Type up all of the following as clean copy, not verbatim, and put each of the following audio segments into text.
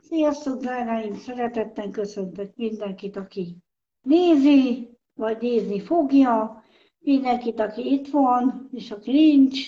Sziasztok, drágáim! Szeretettel köszöntök mindenkit, aki nézi, vagy nézni fogja, mindenkit, aki itt van, és aki nincs.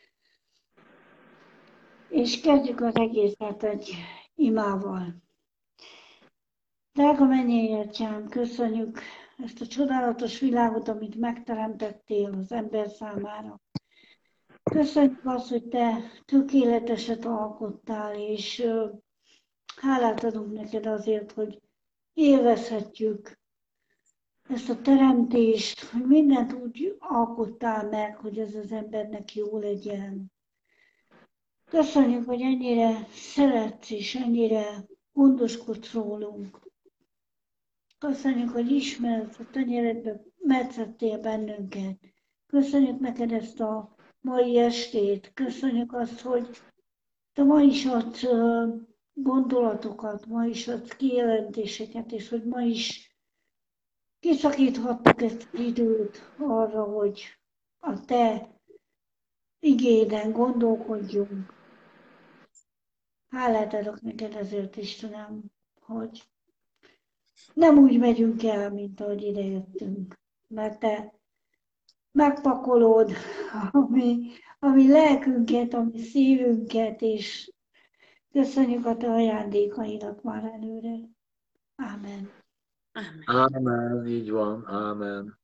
És kezdjük az egészet egy imával. Drága mennyei Atyám, köszönjük ezt a csodálatos világot, amit megteremtettél az ember számára. Köszönjük azt, hogy Te tökéleteset alkottál, és hálát adunk neked azért, hogy élvezhetjük ezt a teremtést, hogy mindent úgy alkottál meg, hogy ez az embernek jó legyen. Köszönjük, hogy ennyire szeretsz és ennyire gondoskodsz rólunk. Köszönjük, hogy ismersz, a tenyeredbe metszettél bennünket. Köszönjük neked ezt a mai estét. Köszönjük azt, hogy te ma is adsz gondolatokat, ma is adsz kijelentéseket, és hogy ma is kiszakíthattuk ezt az időt arra, hogy a te igéden gondolkodjunk. Hálát adok neked ezért, Istenem, hogy nem úgy megyünk el, mint ahogy idejöttünk, mert te megpakolod ami lelkünket, ami szívünket, és köszönjük a te ajándékaidat már előre. Ámen. Ámen, így van, ámen.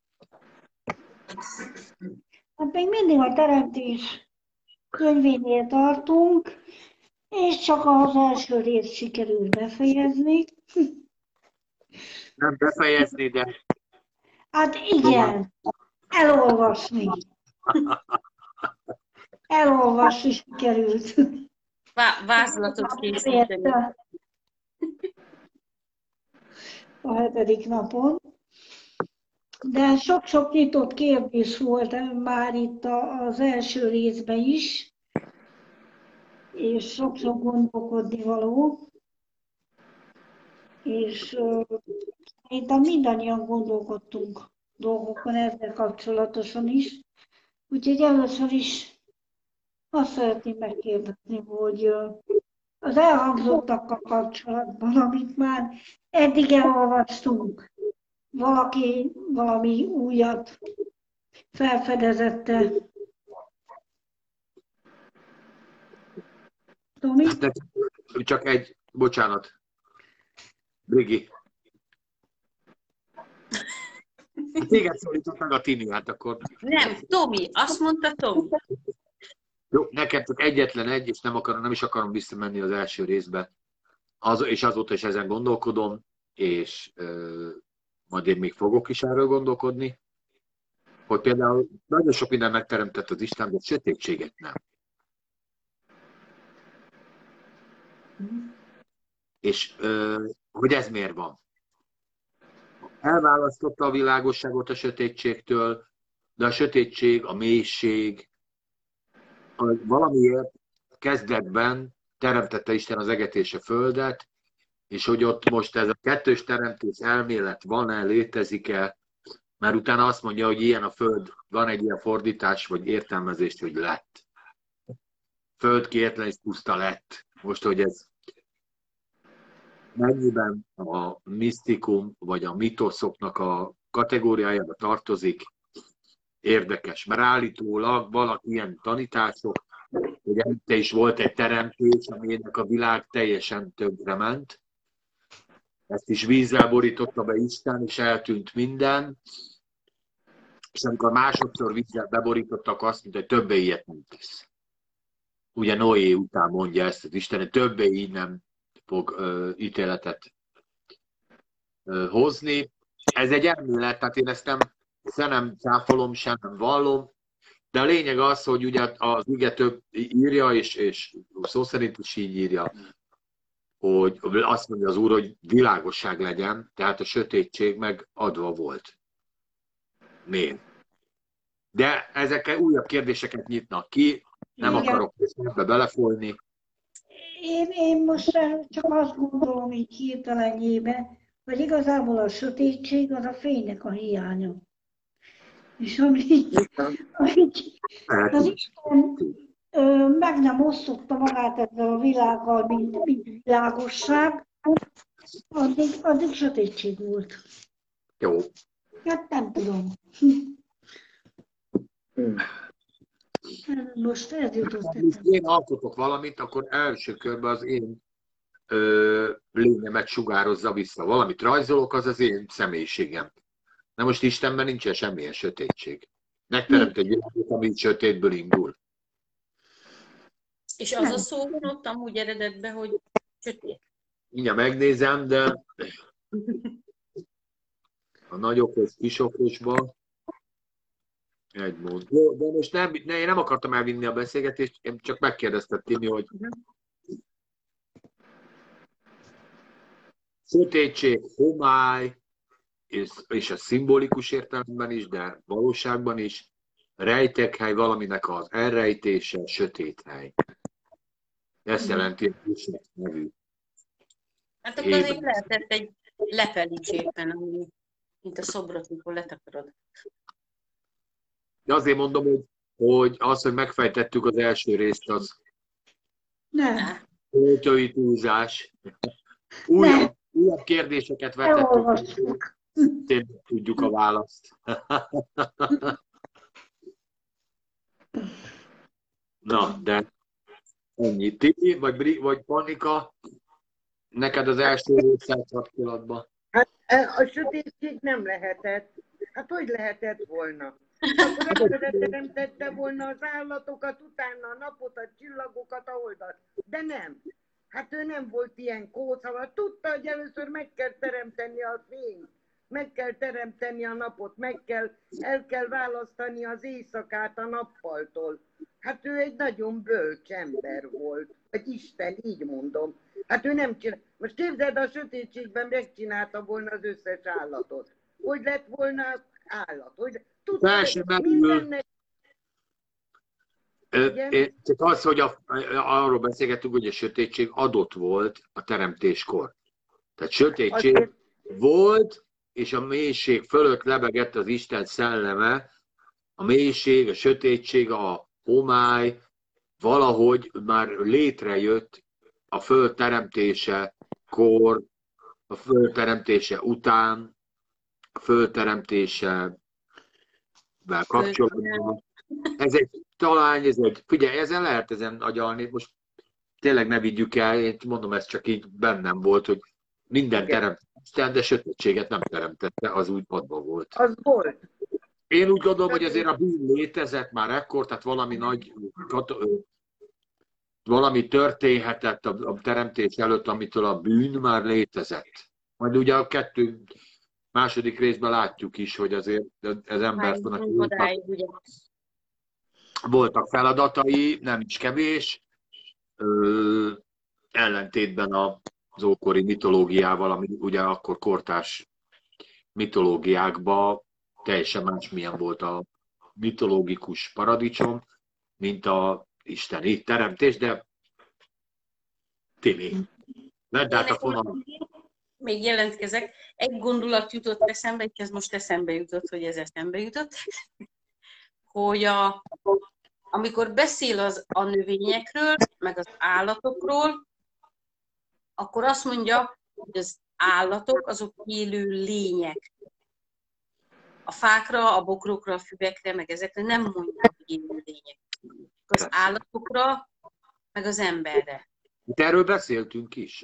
Hát még mindig a teremtés könyvénél tartunk, és csak az első részt sikerült befejezni. Nem befejezni, de... Hát igen, elolvasni. Elolvasni sikerült. Vázlatot készíteni. A 7. napon. De sok-sok nyitott kérdés volt már itt az első részben is, és sok-sok gondolkodni való. És itt mindannyian gondolkodtunk dolgokon ezzel kapcsolatosan is. Úgyhogy először is azt szeretném megkérdezni, hogy az elhangzottakkal kapcsolatban, amit már eddig elolvastunk, valaki valami újat felfedezette. Tomi? Csak egy, bocsánat. Brigi. Téged szólított meg a Tini, hát akkor... Nem, Tomi, azt mondta Tomi. Jó, nekem csak egyetlen egy, és nem is akarom visszamenni az első részbe. És azóta is ezen gondolkodom, és majd én még fogok is erről gondolkodni, hogy például nagyon sok minden megteremtett az Isten, de sötétséget nem. És hogy ez miért van? Elválasztotta a világosságot a sötétségtől, de a sötétség, a mélység, valamiért kezdetben teremtette Isten az eget és a földet, és hogy ott most ez a kettős teremtés elmélet van-e, létezik-e, mert utána azt mondja, hogy ilyen a föld, van egy ilyen fordítás, vagy értelmezés, hogy lett. Föld kietlen és puszta lett. Most, hogy ez mennyiben a misztikum, vagy a mitoszoknak a kategóriájába tartozik, érdekes, mert állítólag valaki ilyen tanítások, hogy előtte is volt egy teremtés, aminek a világ teljesen tönkrement. Ezt is vízzel borította be Isten, és eltűnt minden. És amikor másodszor vízzel beborítottak, azt mondta, hogy többé ilyet nem tesz. Ugye Noé után mondja ezt az Isten, hogy többé így nem fog ítéletet hozni. Ez egy elmélet, tehát én ezt nem cáfolom, sem nem vallom, de a lényeg az, hogy ugye az ige több írja, és szó szerint is így írja, hogy azt mondja az Úr, hogy világosság legyen, tehát a sötétség meg adva volt. Miért? De ezek újabb kérdéseket nyitnak ki, nem akarok ebbe belefolyni. Én most csak azt gondolom így hirtelenjében, hogy igazából a sötétség az a fénynek a hiánya. És amit az Isten meg nem osztotta magát ezzel a világgal, mint világosság, addig sötétség volt. Jó. Hát nem tudom. Most ez jutott Ha eszembe. én alkotok valamit, akkor első körben az én lényemet sugározza vissza. Valamit rajzolok, az az én személyiségem. Na most Istenben nincsen semmilyen sötétség. Megteremt egy világot, ami sötétből indul. És az a szó van ott amúgy eredetben, hogy sötét. Mindjárt megnézem, de a nagyokos, kisokosba egy mód. Jó, de most én nem akartam elvinni a beszélgetést, én csak megkérdeztem Timi, hogy sötétség, homály, és a szimbolikus értelemben is, de valóságban is, rejtekhely valaminek az elrejtése, sötét hely. Ezt jelenti a Kisnek nevű. Hát akkor azért lehetett egy lepel is éppen, ami, mint a szobrot, mikor letakarod. De azért mondom, hogy az, hogy megfejtettük az első részt, az Nem. költői túlzás. Újabb kérdéseket vetettük, Elolvastuk. tényleg tudjuk a választ. Na, de ennyi. Ti, vagy Pannika, neked az első résszel kapcsolatban? Hát a sötétség nem lehetett. Hát hogy lehetett volna? Akkor teremtette volna az állatokat, utána a napot, a csillagokat, a holdat. De nem. Hát ő nem volt ilyen kószava. Tudta, hogy először meg kell teremteni a fényt, meg kell teremteni a napot, el kell választani az éjszakát a nappaltól. Hát ő egy nagyon bölcs ember volt. Vagy Isten, így mondom. Hát ő nem csinál. Most képzeld, a sötétségben megcsinálta volna az összes állatot. Hogy lett volna állat? Hogy tudta, mindennek... Csak az, hogy arról beszélgettünk, hogy a sötétség adott volt a teremtéskor. Tehát sötétség volt, és a mélység fölött lebegett az Isten szelleme, a mélység, a sötétség, a homály, valahogy már létrejött a föld teremtésekor, a föld teremtése után, a föld teremtésevel kapcsolatban. Figyelj, ezen agyalni, most tényleg ne vigyük el, én mondom, ez csak így bennem volt, hogy minden teremtette, de sötétséget nem teremtette, az úgy adva volt. Az volt. Én úgy gondolom, hogy azért a bűn létezett már ekkor, tehát valami történhetett a teremtés előtt, amitől a bűn már létezett. Majd ugye a második részben látjuk is, hogy azért az embernek voltak feladatai, nem is kevés, ellentétben az ókori mitológiával, ami ugye akkor kortárs mitológiákban teljesen másmilyen volt a mitológikus paradicsom, mint a isteni teremtés, de Timi, vedd át a fonalat. Még jelentkezek. Egy gondolat jutott eszembe, és ez most eszembe jutott, hogy ez eszembe jutott, hogy amikor beszél a növényekről, meg az állatokról, akkor azt mondja, hogy az állatok azok élő lények. A fákra, a bokrokra, a füvekre, meg ezekre nem mondja, hogy élő lények. Az állatokra, meg az emberre. Itt erről beszéltünk is.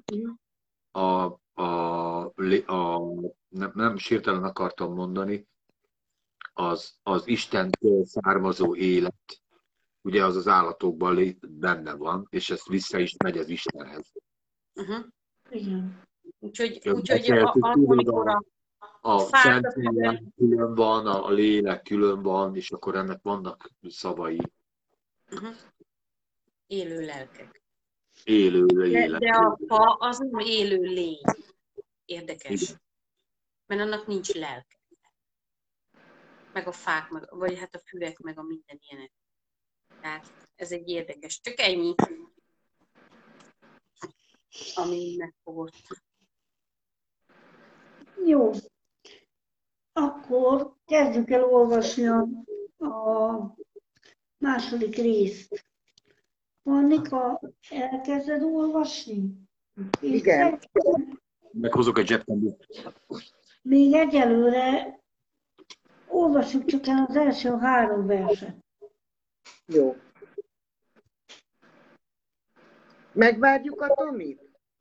Nem sírtelen akartam mondani, az Istentől származó élet, ugye az állatokban benne van, és ez vissza is megy az Istenhez. Igen. Úgyhogy amikor a Szentélek külön van, a lélek külön van, és akkor ennek vannak szavai. Élő lelkek. Élő lélek. De a fa az nem élő lény. Érdekes. Igen. Mert annak nincs lelke. Meg a fák, vagy hát a füvek, meg a minden ilyenek. Tehát ez egy érdekes. Csak ennyi, ami megfogott. Jó. Akkor kezdjük el olvasni a második részt. Annika, elkezded olvasni? Igen. Meghozok egy zsebkendőt. Még egyelőre olvassuk csak el az első 3 verset. Jó. Megvárjuk a Tomit?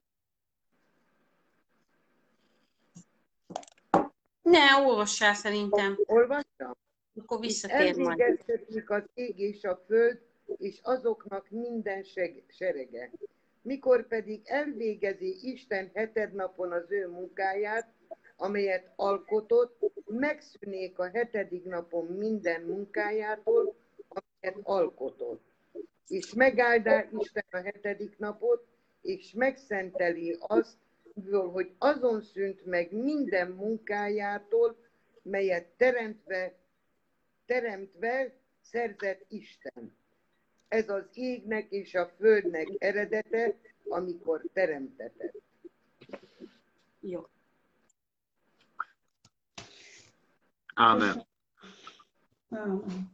Ne, olvassál szerintem, Olvassam? akkor visszatér majd. Elvégeztetik az ég és a föld, és azoknak minden serege. Mikor pedig elvégezi Isten hetednapon az ő munkáját, amelyet alkotott, megszűnék a 7. napon minden munkájától, amelyet alkotott. És megáldá Isten a 7. napot, és megszenteli azt, hogy azon szűnt meg minden munkájától, melyet teremtve szerzett Isten. Ez az égnek és a földnek eredete, amikor teremtetett. Jó. Ámen. Ámen.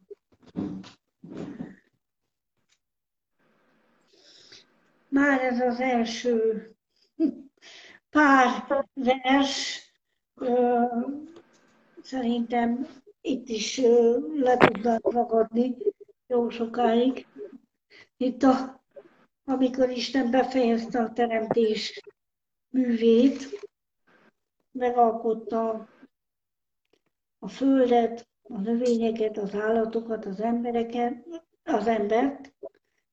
Már ez az első pár vers, szerintem itt is le tudnánk ragadni jó sokáig. Itt amikor Isten befejezte a teremtés művét, megalkotta a földet, a növényeket, az állatokat, az embert,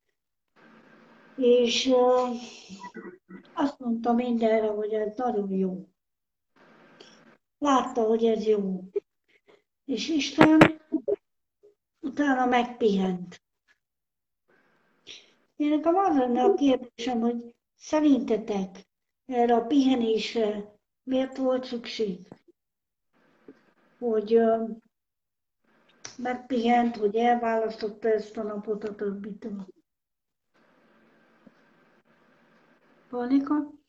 és azt mondta mindenre, hogy ez nagyon jó. Látta, hogy ez jó. És Isten utána megpihent. Én nekem az lenne a kérdésem, hogy szerintetek erre a pihenésre miért volt szükség? Hogy megpihent, hogy elválasztotta ezt a napot a többitől. Panika?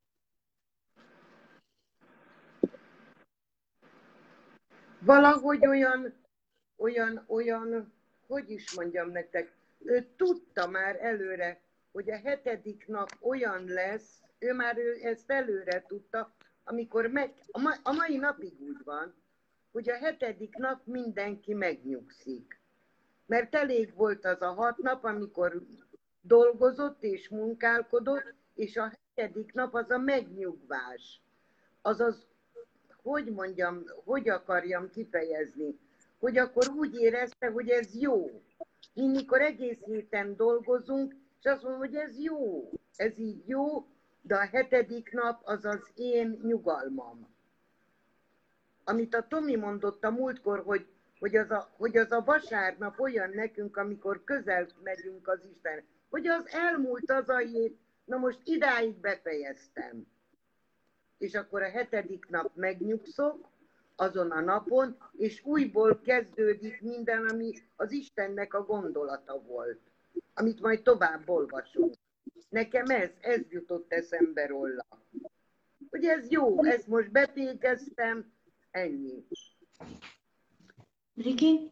Valahogy olyan, hogy is mondjam nektek, ő tudta már előre, hogy a 7. nap olyan lesz, ő ezt előre tudta, amikor a mai napig úgy van, hogy a 7. nap mindenki megnyugszik. Mert elég volt az a 6 nap, amikor dolgozott és munkálkodott, és a 7. nap az a megnyugvás. Azaz, hogy mondjam, hogy akarjam kifejezni, hogy akkor úgy érezte, hogy ez jó. Mikor egész héten dolgozunk, és azt mondom, hogy ez jó, ez így jó, de a 7. nap az az én nyugalmam. Amit a Tomi mondott a múltkor, hogy az a vasárnap olyan nekünk, amikor közel megyünk az Isten, hogy az elmúlt az a hét, na most idáig befejeztem. És akkor a 7. nap megnyugszok azon a napon, és újból kezdődik minden, ami az Istennek a gondolata volt, amit majd tovább olvasunk. Nekem ez jutott eszembe róla. Hogy ez jó, ezt most befégeztem, ennyi. Riki?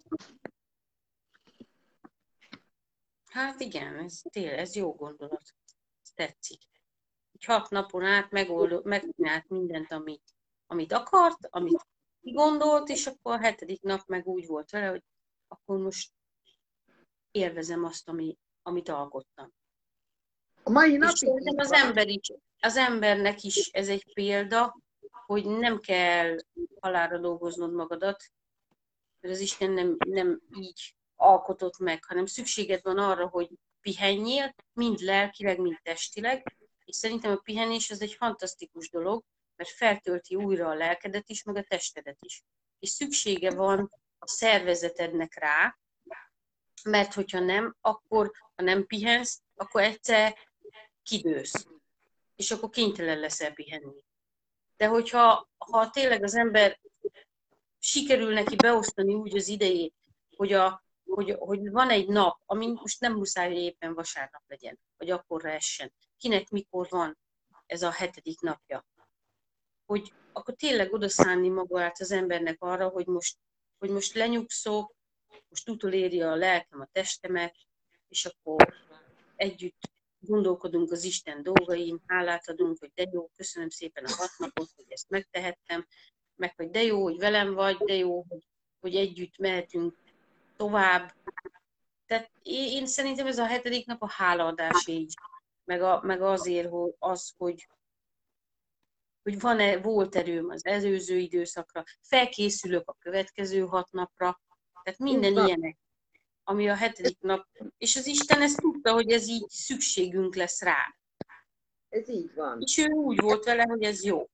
Hát igen, ez jó gondolat. Ez tetszik. 6 napon át megcsinált mindent, amit akart, amit gondolt, és akkor a 7. nap meg úgy volt vele, hogy akkor most élvezem azt, amit alkottam. A mai És napig szerintem az embernek is ez egy példa, hogy nem kell halálra dolgoznod magadat, mert az Isten nem így alkotott meg, hanem szükséged van arra, hogy pihenjél, mind lelkileg, mind testileg, és szerintem a pihenés az egy fantasztikus dolog, mert feltölti újra a lelkedet is, meg a testedet is. És szüksége van a szervezetednek rá, mert hogyha nem, akkor, ha nem pihensz, akkor egyszer kidősz, és akkor kénytelen leszel pihenni. De hogyha tényleg az ember sikerül neki beosztani úgy az idejét, hogy van egy nap, ami most nem muszáj, hogy éppen vasárnap legyen, vagy akkorra essen. Kinek mikor van ez a 7. napja. Hogy akkor tényleg odaszánni magát az embernek arra, hogy most lenyugszok, most utoléri a lelkem a testemet, és akkor együtt gondolkodunk az Isten dolgain, hálát adunk, hogy de jó, köszönöm szépen a 6 napot, hogy ezt megtehettem, meg hogy de jó, hogy velem vagy, de jó, hogy együtt mehetünk tovább. Tehát én szerintem ez a 7. nap a hálaadás így, meg azért, hogy volt erőm az előző időszakra, felkészülök a következő 6 napra, tehát minden ilyenek, ami a 7. nap, és az Isten ezt tudta, hogy ez így szükségünk lesz rá. Ez így van. És ő úgy volt vele, hogy ez jó.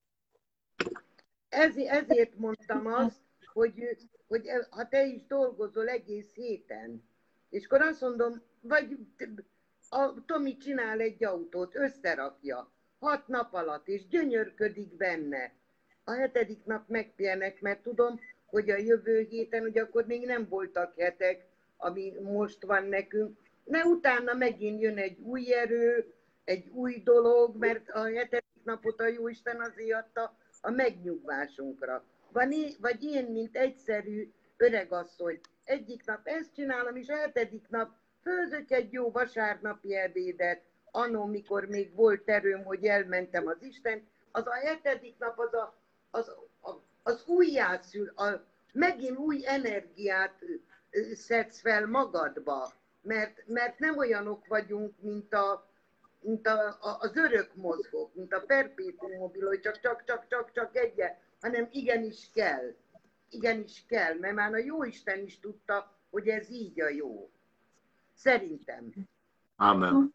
Ezért mondtam azt, hogy ha te is dolgozol egész héten, és akkor azt mondom, vagy a Tomi csinál egy autót, összerakja 6 nap alatt, és gyönyörködik benne. A 7. nap megpihenek, mert tudom, hogy a jövő héten, ugye akkor még nem voltak hetek, ami most van nekünk, de utána megint jön egy új erő, egy új dolog, mert a 7. napot a Jóisten azért adta a megnyugvásunkra. Vagy én, mint egyszerű öregasszony, egyik nap ezt csinálom, és a 7. nap főzök egy jó vasárnapi ebédet, annó, mikor még volt erőm, hogy elmentem az Isten, az a 7. nap az újjászül, megint új energiát szedsz fel magadba, mert nem olyanok vagyunk, mint az örök mozgók, mint a perpétuum mobile, hogy csak egyen, hanem igenis kell. Igenis kell, mert már a Jóisten is tudta, hogy ez így a jó. Szerintem. Amen.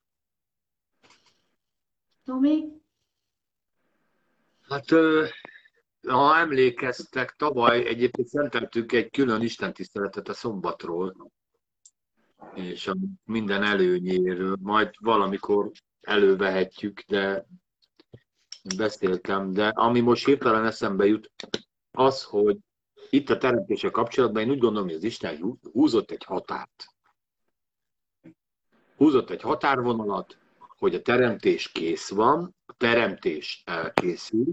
Tomi? Hát, ha emlékeztek, tavaly egyébként szenteltünk egy külön istentiszteletet a szombatról, és a minden előnyéről, majd valamikor elővehetjük, de beszéltem, de ami most hirtelen eszembe jut, az, hogy itt a teremtéssel kapcsolatban én úgy gondolom, hogy az Isten húzott egy határt. Húzott egy határvonalat, hogy a teremtés kész van, a teremtés elkészül,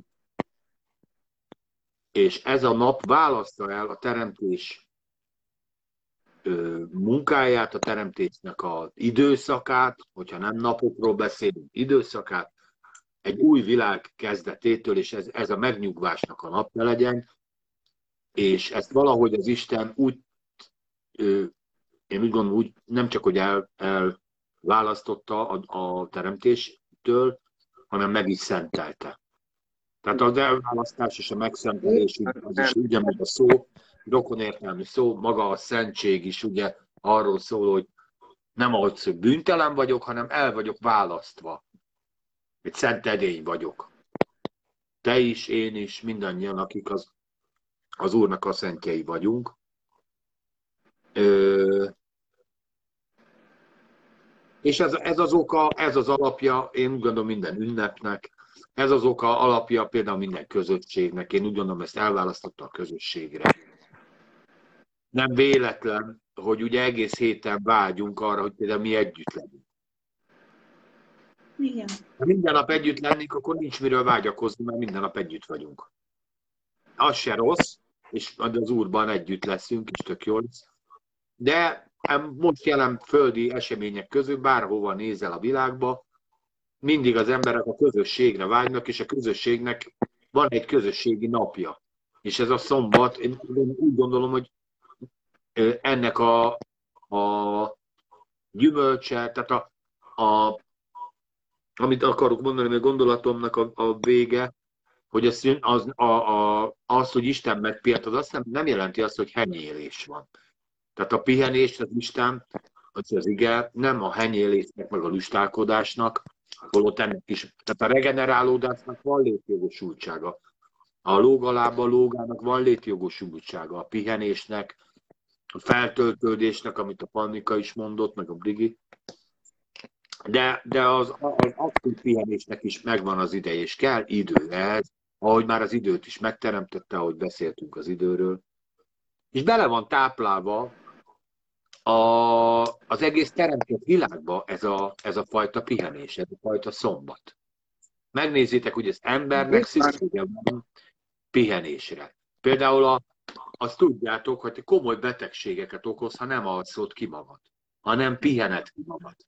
és ez a nap választa el a teremtés munkáját, a teremtésnek az időszakát, hogyha nem napokról beszélünk, időszakát, egy új világ kezdetétől, és ez a megnyugvásnak a napja legyen, és ezt valahogy az Isten úgy, én úgy gondolom, úgy nem csak, hogy elválasztotta a teremtéstől, hanem meg is szentelte. Tehát az elválasztás és a megszentelés, az is ugyanaz a szó, rokonértelmű szó, maga a szentség is ugye arról szól, hogy nem az, hogy bűntelen vagyok, hanem el vagyok választva. Egy szent edény vagyok. Te is, én is, mindannyian, akik az Úrnak a szentjei vagyunk. És ez az oka, ez az alapja, én úgy gondolom minden ünnepnek, ez az oka, alapja például minden közösségnek. Én úgy gondolom, ezt elválasztotta a közösségre. Nem véletlen, hogy ugye egész héten vágyunk arra, hogy például mi együtt legyünk. Igen. Ha minden nap együtt lennénk, akkor nincs miről vágyakozni, mert minden nap együtt vagyunk. Az se rossz, és az Úrban együtt leszünk, és tök jól lesz. De most jelen földi események közül, bárhova nézel a világba, mindig az emberek a közösségre vágynak, és a közösségnek van egy közösségi napja. És ez a szombat, én úgy gondolom, hogy ennek a gyümölcse, tehát amit akarok mondani, a gondolatomnak a vége, hogy az, hogy Isten megpihent, az azt nem jelenti azt, hogy henyélés van. Tehát a pihenés az Isten, az ige, nem a henyélésnek, meg a lustálkodásnak, holott ennek is. Tehát a regenerálódásnak van létjogosultsága. A lógalába lógának van létjogosultsága. A pihenésnek, a feltöltődésnek, amit a Pannika is mondott, meg a Brigi. De az aktív pihenésnek is megvan az ideje, és kell idő ehhez, ahogy már az időt is megteremtette, ahogy beszéltünk az időről. És bele van táplálva az egész teremtett világba ez a fajta pihenés, ez a fajta szombat. Megnézzétek, hogy az embernek szüksége van pihenésre. Például azt tudjátok, hogy komoly betegségeket okoz, ha nem alszod ki magad, ha nem pihened ki magad.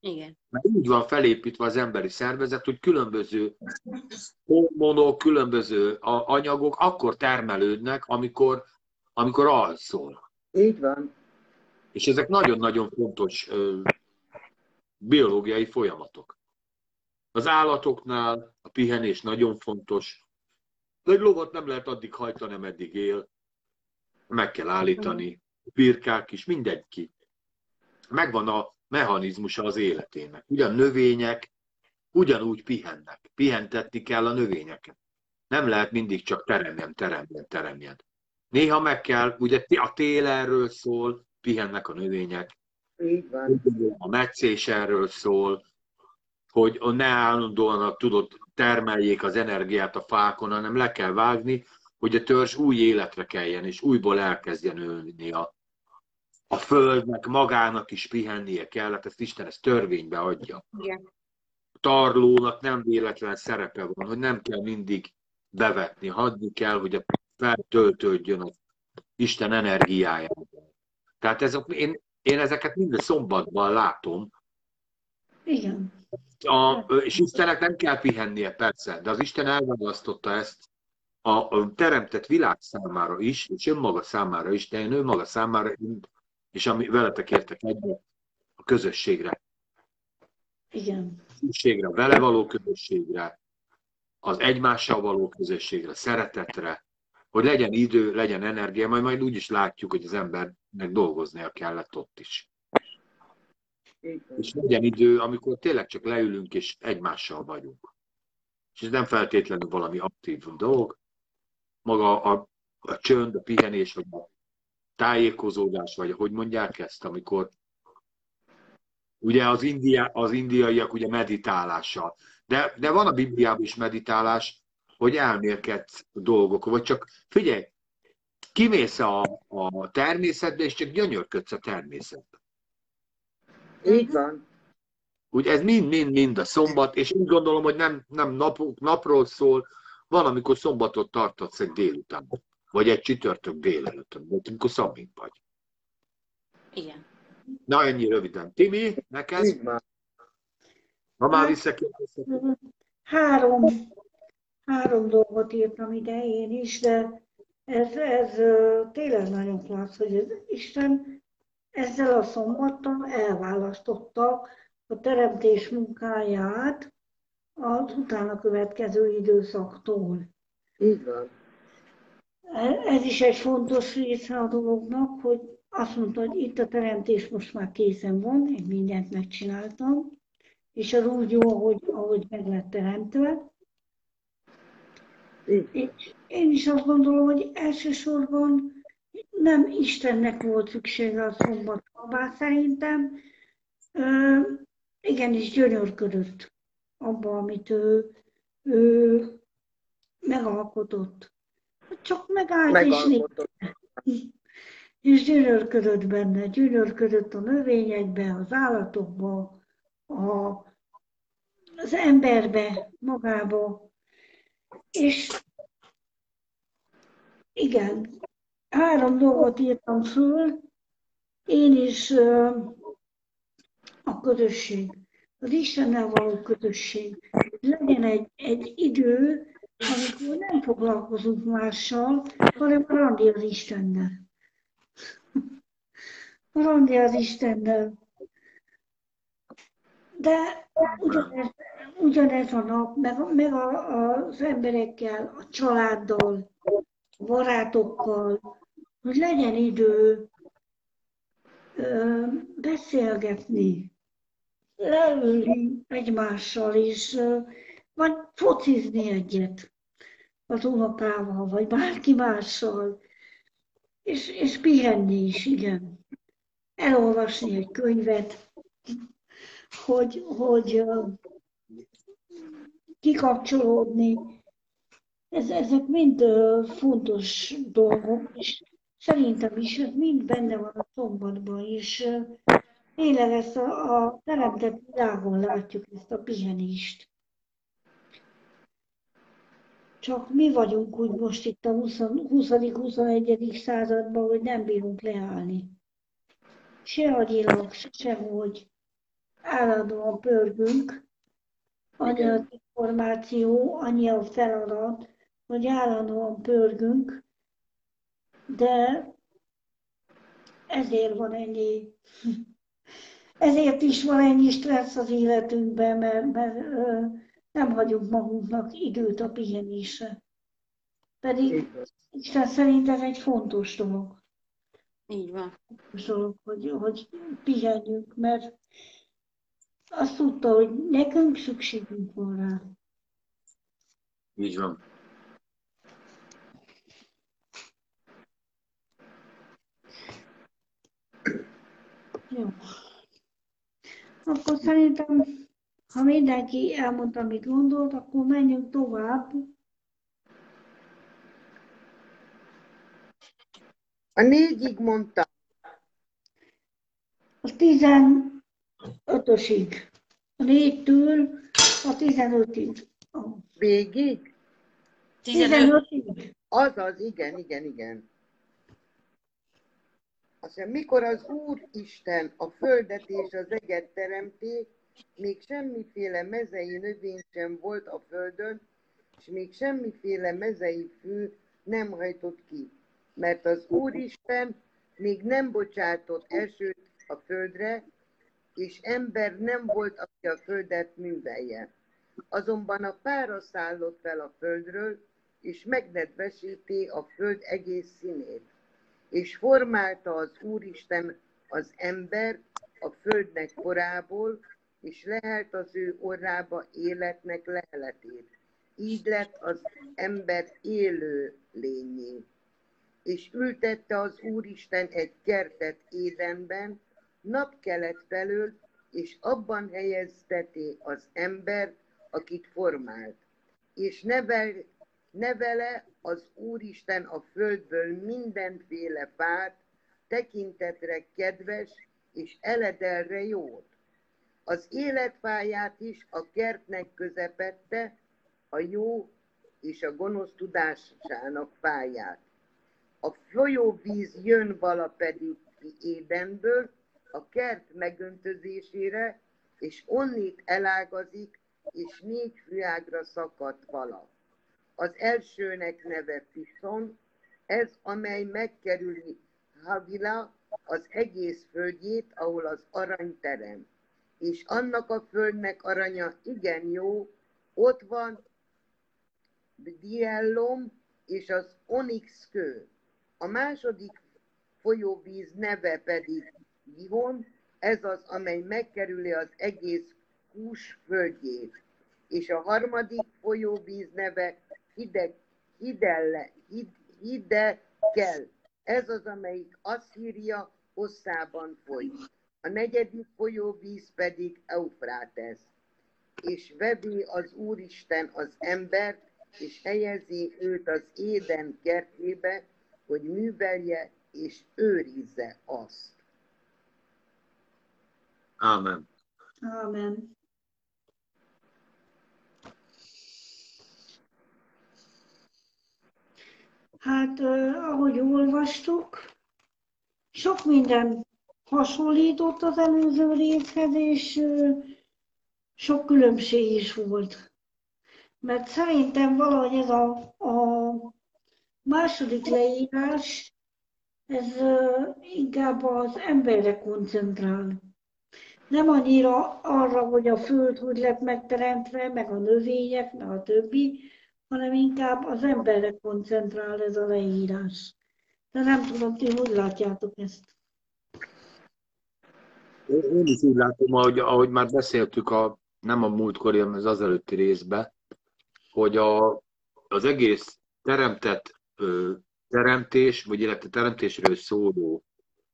Igen. Mert úgy van felépítve az emberi szervezet, hogy különböző hormonok, különböző anyagok akkor termelődnek, amikor alszol. Így van. És ezek nagyon-nagyon fontos biológiai folyamatok. Az állatoknál a pihenés nagyon fontos. De egy lovat nem lehet addig hajtani, ameddig él. Meg kell állítani. Birkák is, mindenki. Megvan a mechanizmusa az életének. Ugyan növények ugyanúgy pihennek. Pihentetni kell a növényeket. Nem lehet mindig csak teremjen. Néha meg kell, ugye a tél erről szól, pihennek a növények. Így van. A metszés erről szól, hogy ne állandóan termeljék az energiát a fákon, hanem le kell vágni, hogy a törzs új életre keljen, és újból elkezdjen ölni. A földnek magának is pihennie kell, hát ezt Isten ezt törvénybe adja. Igen. A tarlónak nem véletlen szerepe van, hogy nem kell mindig bevetni, hagyni kell, hogy feltöltődjön az Isten energiájával. Tehát én ezeket minden szombatban látom. Igen. És Istennek nem kell pihennie, persze, de az Isten elválasztotta ezt a teremtett világ számára is, és önmaga számára is, de én önmaga számára, és ami veletek értek egybe, a közösségre. Igen. Közösségre, vele való közösségre, az egymással való közösségre, szeretetre, hogy legyen idő, legyen energia, majd úgy is látjuk, hogy az embernek dolgoznia kellett ott is. És legyen idő, amikor tényleg csak leülünk és egymással vagyunk. És ez nem feltétlenül valami aktív dolog, maga a csönd, a pihenés, vagy a tájékozódás, vagy hogy mondják ezt, amikor ugye az indiaiak ugye meditálással. De van a Bibliában is meditálás, hogy elmélkedsz dolgok, vagy csak figyelj, kimész a természetbe, és csak gyönyörködsz a természetbe. Így van. Úgy ez mind a szombat, és úgy gondolom, hogy nem napról szól, van, amikor szombatot tartatsz egy délután, vagy egy csütörtök délelőtt, amikor szabink vagy. Igen. Na, ennyi röviden. Timi, neked? Így van. Ha már visszakérdezhetek. Három dolgot írtam ide én is, de ez tényleg nagyon klassz, hogy az Isten ezzel a szombattal elválasztotta a teremtés munkáját az utána következő időszaktól. Így van. Ez is egy fontos része a dolognak, hogy azt mondta, hogy itt a teremtés most már készen van, én mindent megcsináltam, és az úgy jó, ahogy meg lett teremtve. Én is azt gondolom, hogy elsősorban nem Istennek volt szüksége a szombatra, bár szerintem igenis gyönyörködött abba, amit ő megalkotott. Csak megállt és nézte. És gyönyörködött benne, gyönyörködött a növényekbe, az állatokba, az emberbe, magába. És igen, 3 dolgot írtam föl, én is a közösség, az Istennel való közösség. Legyen egy idő, amikor nem foglalkozunk mással, hanem randi az Istennel. Randi az Istennel. De ugyanez a nap, meg az emberekkel, a családdal, a barátokkal, hogy legyen idő beszélgetni, leülni egymással, és vagy focizni egyet az unokával, vagy bárki mással, és pihenni is, igen. Elolvasni egy könyvet, hogy kikapcsolódni. Ezek mind fontos dolgok, és szerintem is ez mind benne van a szombatban is. Tényleg ezt a teremtett világon látjuk ezt a pihenést. Csak mi vagyunk úgy most itt a 20.-21. században, hogy nem bírunk leállni. Se agyilag, sehogy. állandóan pörgünk, annyi Igen. az információ, annyi a feladat, hogy állandóan pörgünk, de ezért van ennyi, ezért is van ennyi stressz az életünkben, mert nem hagyunk magunknak időt a pihenésre. Pedig Így van. Isten szerint ez egy fontos dolog, Így van. hogy pihenjünk, mert azt tudta, hogy nekünk szükségünk van rá. Így van. Jó. Akkor szerintem, ha mindenki elmondta, amit gondolt, akkor menjünk tovább. A 4-ig mondtam. A 15-ösig. A 4-től a 15-ig. Végig? 15. 15-ig. Azaz, igen. Azt mondja, mikor az Úr Isten a földet és az eget teremté, még semmiféle mezei növény sem volt a földön, és még semmiféle mezei fű nem hajtott ki. Mert az Úristen még nem bocsátott esőt a földre, és ember nem volt, aki a földet művelje. Azonban a pára szállott fel a földről, és megnedvesíti a föld egész színét. És formálta az Úristen az ember a földnek porából, és lehelt az ő orrába életnek leheletét. Így lett az ember élő lényé. És ültette az Úristen egy kertet Édenben, napkelet felől, és abban helyezteti az embert, akit formált. És nevele az Úristen a földből mindenféle fát, tekintetre kedves és eledelre jót. Az életfáját is a kertnek közepette, a jó és a gonosz tudásának fáját. A folyóvíz jön vala pedig ki Édenből a kert megöntözésére, és onnét elágazik, és 4 fűágra szakadt vala. Az elsőnek neve Piszon, ez amely megkerüli Havila az egész földjét, ahol az arany terem. És annak a földnek aranya igen jó, ott van Bdiellom és az Onyx kő. A második folyóvíz neve pedig Gihon, ez az, amely megkerüli az egész Kús földjét. És a harmadik folyóvíz neve Hidekel, ez az, amelyik Asszíria hosszában folyik. A negyedik folyóvíz pedig Eufrátes. És vevi az Úristen az embert, és helyezi őt az Éden kertjébe, hogy művelje és őrizze azt. Ámen. Ámen. Hát, ahogy olvastuk, sok minden hasonlított az előző részhez, és sok különbség is volt. Mert szerintem valahogy ez a második leírás, ez inkább az emberre koncentrál. Nem annyira arra, hogy a föld hogy lett megteremtve, meg a növények, meg a többi, hanem inkább az emberre koncentrál ez a leírás. De nem tudom, ti hogy látjátok ezt? Én is úgy látom, ahogy már beszéltük, nem a múltkori, hanem az azelőtti részben, hogy az egész teremtett teremtés, vagy illetve teremtésről szóló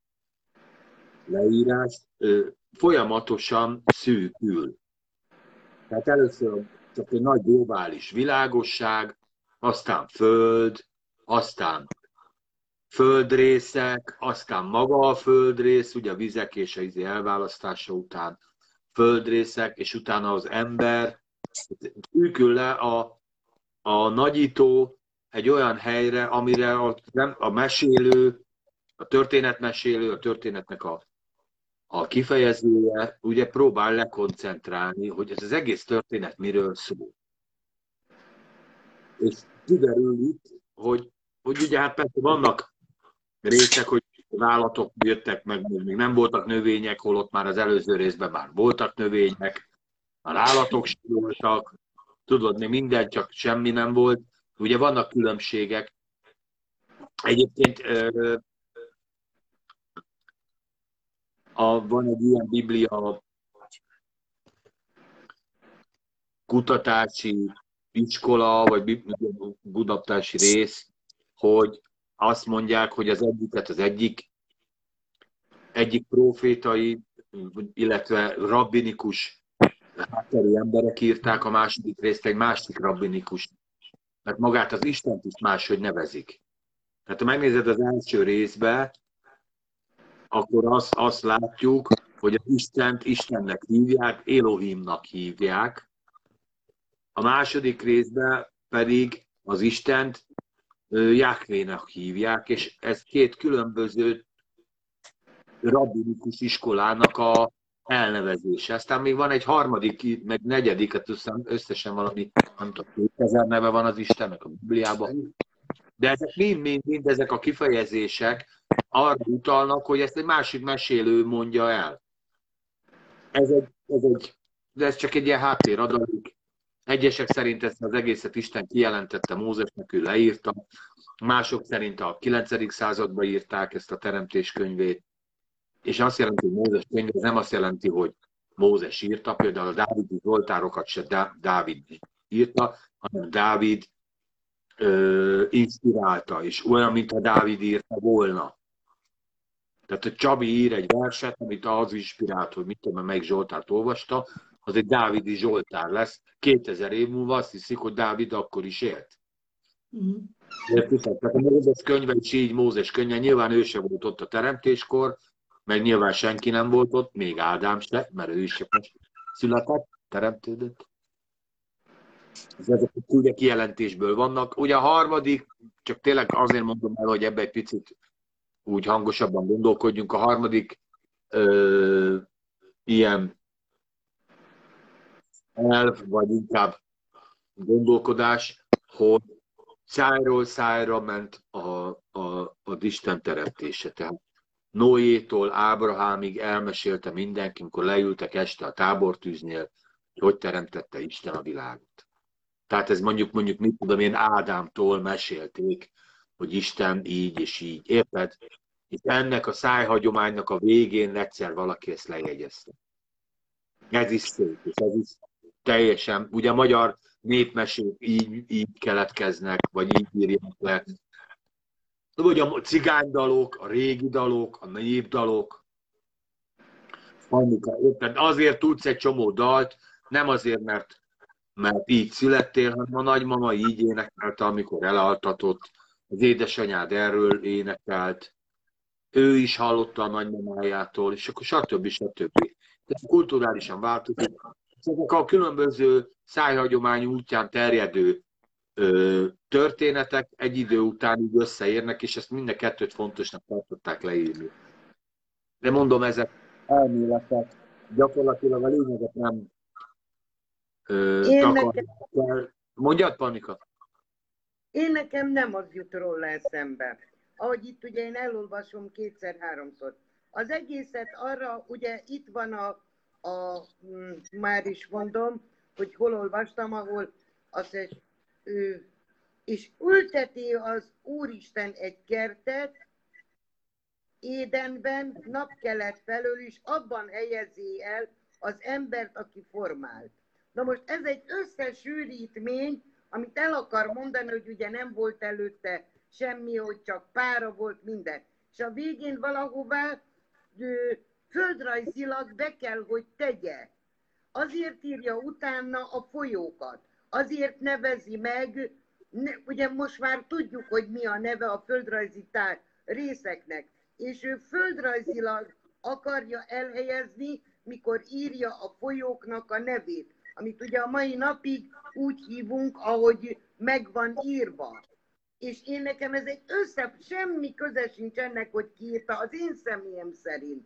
leírás folyamatosan szűkül. Tehát először csak egy nagy globális világosság, aztán föld, aztán földrészek, aztán maga a földrész, ugye a vizek és az elválasztása után földrészek, és utána az ember. Szűkül le a nagyító egy olyan helyre, amire a mesélő, a történetmesélő, a történetnek a kifejezője ugye próbál lekoncentrálni, hogy ez az egész történet miről szól. És kiderül itt, hogy ugye hát persze vannak részek, hogy az állatok jöttek meg, még nem voltak növények, holott már az előző részben már voltak növények, már állatok sem voltak, tudod, még minden, csak semmi nem volt. Ugye vannak különbségek. Egyébként van egy ilyen biblia kutatási iskola, vagy kutatási rész, hogy azt mondják, hogy az egyik profétai, illetve rabbinikus hátterű emberek írták, a második részt egy másik rabbinikus. Mert magát az Istent is máshogy nevezik. Tehát ha megnézed az első részbe, akkor azt látjuk, hogy az Istent Istennek hívják, Elohimnak hívják. A második részben pedig az Istent Jahvénak hívják, és ez két különböző rabbinikus iskolának a elnevezése. Aztán még van egy harmadik, meg negyedik, hát összesen valami, nem tudom, 2000 neve van az Istennek a Bibliában. De ezek mind ezek a kifejezések arra utalnak, hogy ezt egy másik mesélő mondja el. De ez csak egy ilyen háttéradalék. Egyesek szerint ezt az egészet Isten kijelentette Mózesnek, ő leírta. Mások szerint a 9. században írták ezt a Teremtés könyvét. És azt jelenti, hogy Mózes könyve, ez nem azt jelenti, hogy Mózes írta, például a dávidi zsoltárokat se Dávid írta, hanem Dávid inspirálta, és olyan, mintha Dávid írta volna. Tehát, hogy Csabi ír egy verset, amit az inspirált, hogy mit tudom, melyik zsoltárt olvasta, az egy dávidi zsoltár lesz. 2000 év múlva azt hiszik, hogy Dávid akkor is élt. Tehát a Mózes könyve is így, Mózes könyve, nyilván ő sem volt ott a teremtéskor, meg nyilván senki nem volt ott, még Ádám se, mert ő is csak született, teremtődött. Ezek ugye kijelentésből vannak. Ugye a harmadik, csak tényleg azért mondom el, hogy ebbe egy picit úgy hangosabban gondolkodjunk, a harmadik ilyen elv, vagy inkább gondolkodás, hogy szájról szájra ment az Isten teremtése. Tehát Noétól Ábrahámig elmesélte mindenki, amikor leültek este a tábortűznél, hogy teremtette Isten a világot. Tehát ez mondjuk mit tudom én, Ádámtól mesélték, hogy Isten így és így. Érted? És ennek a szájhagyománynak a végén egyszer valaki ezt lejegyezte. Ez is szép, és ez is teljesen, ugye a magyar népmesék így keletkeznek, vagy így írják le. Vagy a cigánydalok, a régi dalok, a népdalok. Érted? Azért tudsz egy csomó dalt, nem azért, mert így születtél, hanem a nagymama így énekelte, amikor elaltatott, az édesanyád erről énekelt, ő is hallotta a nagymamájától, és akkor stb. Ez kulturálisan változik. Ezek a különböző szájhagyomány útján terjedő történetek egy idő után így összeérnek, és ezt mind a kettőt fontosnak tartották leírni. De mondom, ezek elméletek, gyakorlatilag a lényeget nem takarják. Mondjad, Pannika? Én nekem nem az jut róla eszembe. Ahogy itt ugye én elolvasom kétszer-háromszor. Az egészet arra, ugye itt van már is mondom, hogy hol olvastam, ahol és ülteti az Úristen egy kertet Édenben, napkelet felől is, abban helyezi el az embert, aki formált. Na most ez egy összesűrítmény, amit el akar mondani, hogy ugye nem volt előtte semmi, hogy csak pára volt minden. És a végén valahová földrajzilag be kell, hogy tegye. Azért írja utána a folyókat. Azért nevezi meg, ugye most már tudjuk, hogy mi a neve a földrajzi részeknek. És ő földrajzilag akarja elhelyezni, mikor írja a folyóknak a nevét. Amit ugye a mai napig úgy hívunk, ahogy meg van írva. És én nekem ez egy semmi köze sincs ennek, hogy ki írta, az én személyem szerint.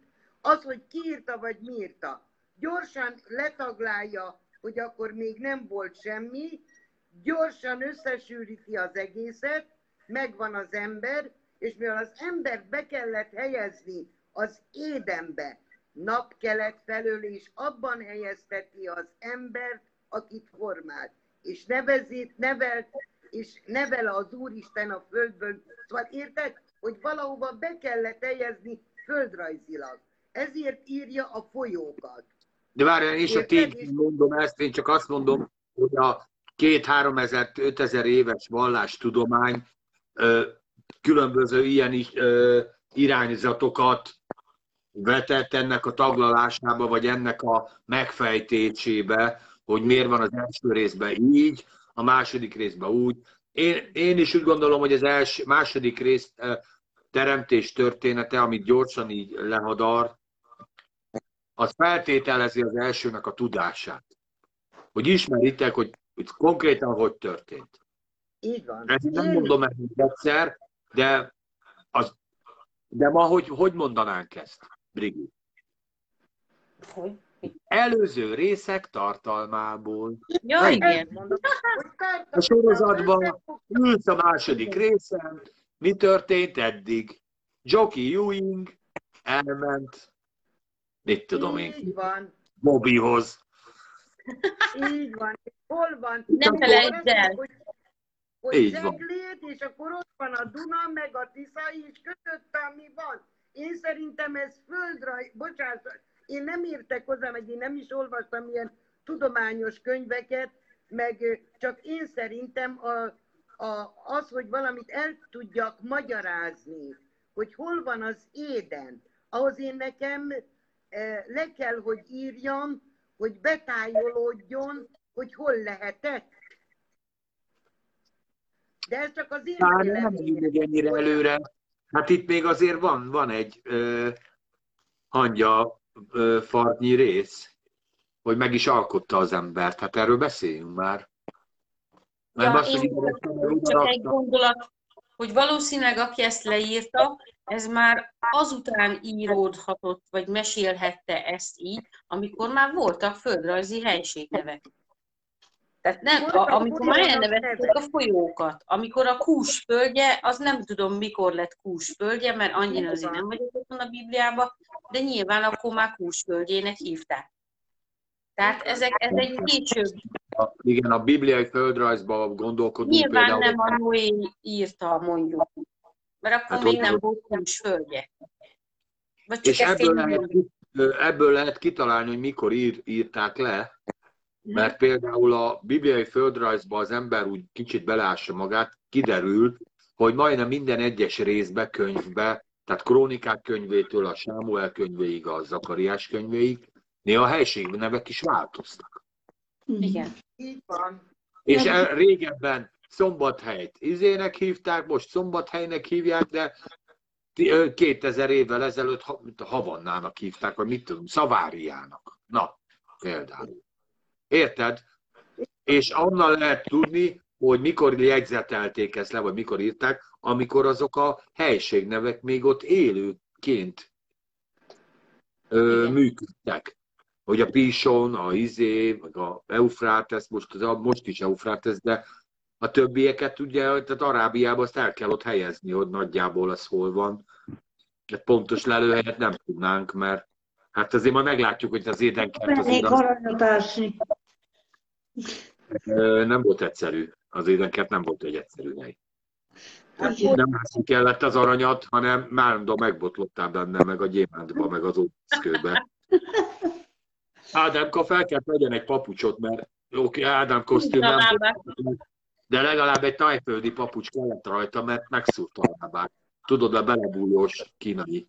Az, hogy ki írta vagy mi írta, gyorsan letaglálja, hogy akkor még nem volt semmi, gyorsan összesűríti az egészet, megvan az ember, és mivel az embert be kellett helyezni az Édenbe, napkelet felől, és abban helyezteti az embert, akit formált, és és nevel az Úristen a földből. Szóval érted, hogy valahova be kellett helyezni földrajzilag. Ezért írja a folyókat. De várjál, és a tényleg mondom ezt, én csak azt mondom, hogy a 2000-3000-5000 éves vallástudomány különböző ilyen irányzatokat vetett ennek a taglalásába, vagy ennek a megfejtésébe, hogy miért van az első részben így, a második részben úgy. Én is úgy gondolom, hogy az második rész teremtés története, amit gyorsan így lehadar, az feltételezi az elsőnek a tudását. Hogy ismeritek, hogy konkrétan hogy történt. Így van. Ezt nem mondom ezt egyszer, de ma hogy mondanánk ezt, Brigi? Előző részek tartalmából. Ja, igen. A sorozatban ülsz a második részen, mi történt eddig? Jockey Ewing elment, mit tudom én, Így van. Bobbyhoz. Így van. Hol van? Nem felejtsd el. Hogy Zeglét, és akkor ott van a Duna, meg a Tisza, és között, ami van. Én szerintem ez földrajz, bocsánat, én nem értek hozzá, meg én nem is olvastam ilyen tudományos könyveket, meg csak én szerintem az, hogy valamit el tudjak magyarázni, hogy hol van az Éden, ahhoz én nekem le kell, hogy írjam, hogy betájolódjon, hogy hol lehetett. De ez csak az én nem még ennyire előre. Hát itt még azért van egy hangya fartnyi rész, hogy meg is alkotta az embert. Hát erről beszéljünk már. Ja, csak egy gondolat, hogy valószínűleg aki ezt leírta, ez már azután íródhatott, vagy mesélhette ezt így, amikor már voltak földrajzi helységnevek. Tehát nem, amikor már elnevezték a folyókat, amikor a Kús földje, az nem tudom mikor lett Kús földje, mert annyira azért nem vagyok otthon a Bibliában, de nyilván akkor már Kús földjének hívták. Tehát ez egy később. Igen, a bibliai földrajzban gondolkodunk. Nyilván például, nem a Noé írta, mondjuk, mert akkor hát még nem volt Kús földje. Vagy csak és ebből lehet kitalálni, hogy mikor írták le, mert például a bibliai földrajzban az ember úgy kicsit beleássa magát, kiderül, hogy majdnem minden egyes részbe, könyvbe, tehát Krónikák könyvétől a Sámuel könyvéig, a Zakariás könyvéig, néha a helységnevek is változtak. Igen. Így van. És régebben Szombathelyt izének hívták, most Szombathelynek hívják, de 2000 évvel ezelőtt Havannának hívták, vagy mit tudom, Szaváriának. Na, például. Érted? És onnan lehet tudni, hogy mikor jegyzetelték ezt le, vagy mikor írták, amikor azok a helységnevek még ott élőként működtek. Hogy a Pison, a meg a Eufrátesz, most is Eufrátesz, de a többieket ugye, tehát Arábiában azt el kell ott helyezni, hogy nagyjából az hol van. De pontos lelőhelyet nem tudnánk, mert hát azért majd meglátjuk, hogy az Édenkert azért nem volt egyszerű. Az Édenkert nem volt egy egyszerű hely. Nem mászni kellett az aranyat, hanem mármondom megbotlottál benne, meg a gyémántba, meg az ószkőbe. Ádámka fel kell tegyen egy papucsot, mert oké, Ádám kosztüm nem volt, de legalább egy tájföldi papucs kellett rajta, mert megszúrta a lábát. Tudod, a belebújós kínai.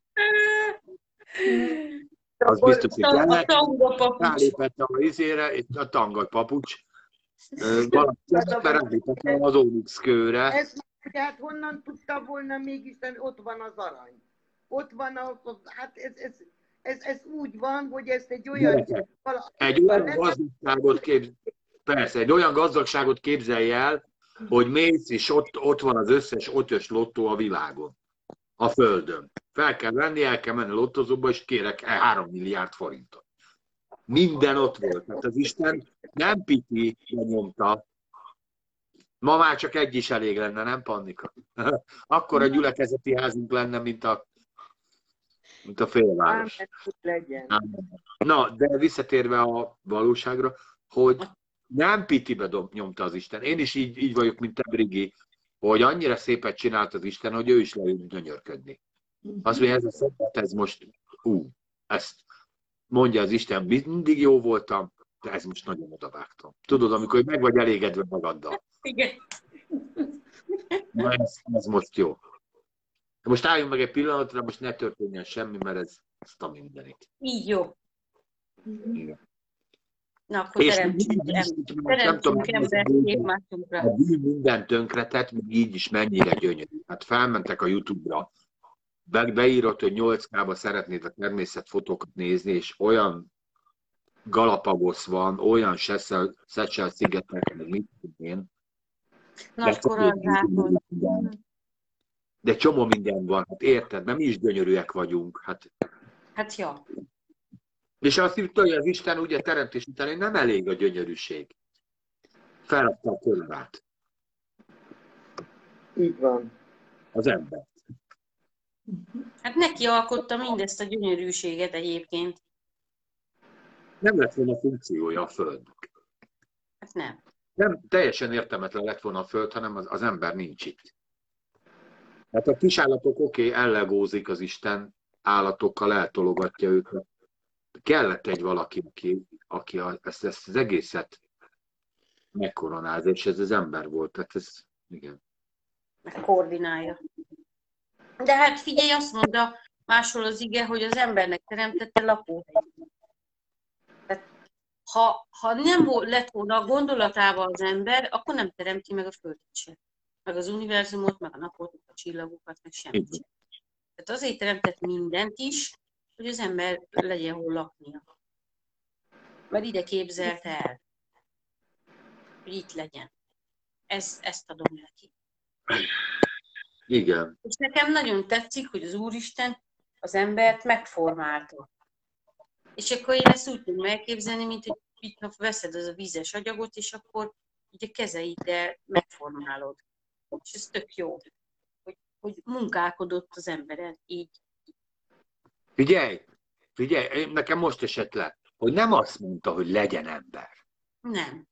Az biztos, hogy kellett. Rálépett a izére, és a tanga papucs. Valaki rálépett az ónixkőre. Ez hát honnan tudta volna mégis, ott van az arany. Ott van hát ez úgy van, hogy ezt egy olyan... Egy olyan gazdagságot persze, egy olyan gazdagságot képzelj el, hogy mész, és ott van az összes 5-ös lottó a világon. a Földön. Fel kell venni, el kell menni a lottozóba, és kérek 3 milliárd forintot. Minden ott volt. Tehát az Isten nem piti, nyomta. Ma már csak egy is elég lenne, nem, Pannika? Akkor a gyülekezeti házunk lenne, mint a félváros. Legyen. Na, de visszatérve a valóságra, hogy nem pitibe nyomta az Isten. Én is így vagyok, mint te, Brigi, hogy annyira szépet csinált az Isten, hogy ő is leült gyönyörködni. Azt mondja, ez a szombat, ez most, ezt mondja az Isten, mindig jó voltam, de ez most nagyon odavágtam. Tudod, amikor meg vagy elégedve magaddal. Igen. Na, ez most jó. Most álljunk meg egy pillanatra, most ne történjen semmi, mert ez a mindenit. Így jó. Igen. Na, akkor teremtsünk embert képmásunkra. A bűn minden tönkretett, még így is mennyire gyönyörű. Hát felmentek a YouTube-ra, beírod, hogy 8K-ba szeretnéd a természetfotókat nézni, és olyan Galapagos van, olyan Seychelles-szigetek, meg mit tudom én. Nagy korallzákon. De csomó minden van, hát érted, nem mi is gyönyörűek vagyunk. Hát ja. És azt írta, hogy az Isten ugye teremtés után, hogy nem elég a gyönyörűség. Feladta a körülát. Így van. Az ember. Hát neki alkotta mindezt a gyönyörűséget egyébként. Nem lett volna funkciója a Földnek. Hát nem. Nem teljesen értelmetlen lett volna a Föld, hanem az ember nincs itt. Hát a kisállatok ellegózik az Isten állatokkal, eltologatja őket. Kellett egy valaki, aki ezt az egészet megkoronázza, és ez az ember volt. Tehát ez, igen. Koordinálja. De hát figyelj, azt mondja máshol az ige, hogy az embernek teremtette lakóhelyet. Tehát, ha nem lett volna a gondolatában az ember, akkor nem teremti meg a Földet sem. Meg az univerzumot, meg a napot, meg a csillagokat, meg semmit sem. Tehát azért teremtett mindent is, hogy az ember legyen hol laknia. Mert ide képzelte el, hogy itt legyen. Ezt adom neki. Igen. És nekem nagyon tetszik, hogy az Úristen az embert megformálta. És akkor én ezt úgy tudom elképzelni, mint hogy ha veszed az a vízes agyagot, és akkor így a kezeiddel megformálod. És ez tök jó, hogy munkálkodott az emberen így. Figyelj, nekem most esett le, hogy nem azt mondta, hogy legyen ember. Nem.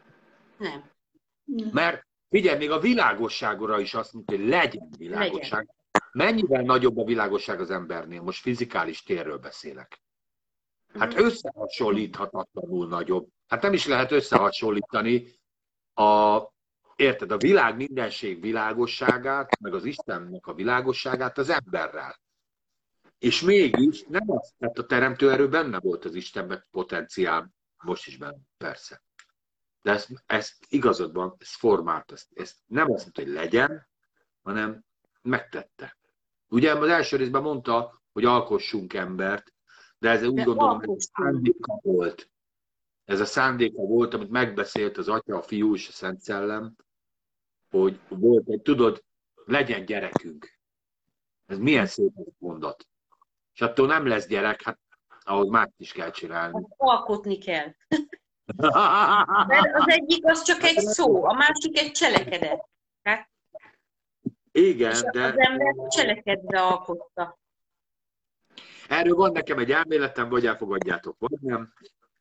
Mert figyelj, még a világosságra is azt mondta, hogy legyen világosság. Mennyivel nagyobb a világosság az embernél? Most fizikális térről beszélek. Hát összehasonlíthatatlanul nagyobb. Hát nem is lehet összehasonlítani érted, a világ mindenség világosságát, meg az Istennek a világosságát az emberrel. És mégis nem azt, tehát a teremtőerő benne volt az Istenben potenciál, most is benne, persze. De ezt igazadban, ez formált, ezt nem azt mondta, hogy legyen, hanem megtette. Ugye az első részben mondta, hogy alkossunk embert, de ez úgy gondolom, hogy ez a szándéka volt. Ez a szándéka volt, amit megbeszélt az Atya, a Fiú és a Szent Szellem, hogy volt egy, tudod, legyen gyerekünk. Ez milyen szép mondat. És attól nem lesz gyerek, hát ahhoz más is kell csinálni. Alkotni kell. Mert az egyik az csak egy szó, a másik egy cselekedet. Hát, igen, de... Az ember cselekedve alkotta. Erről van nekem egy elméletem, vagy elfogadjátok, vagy nem.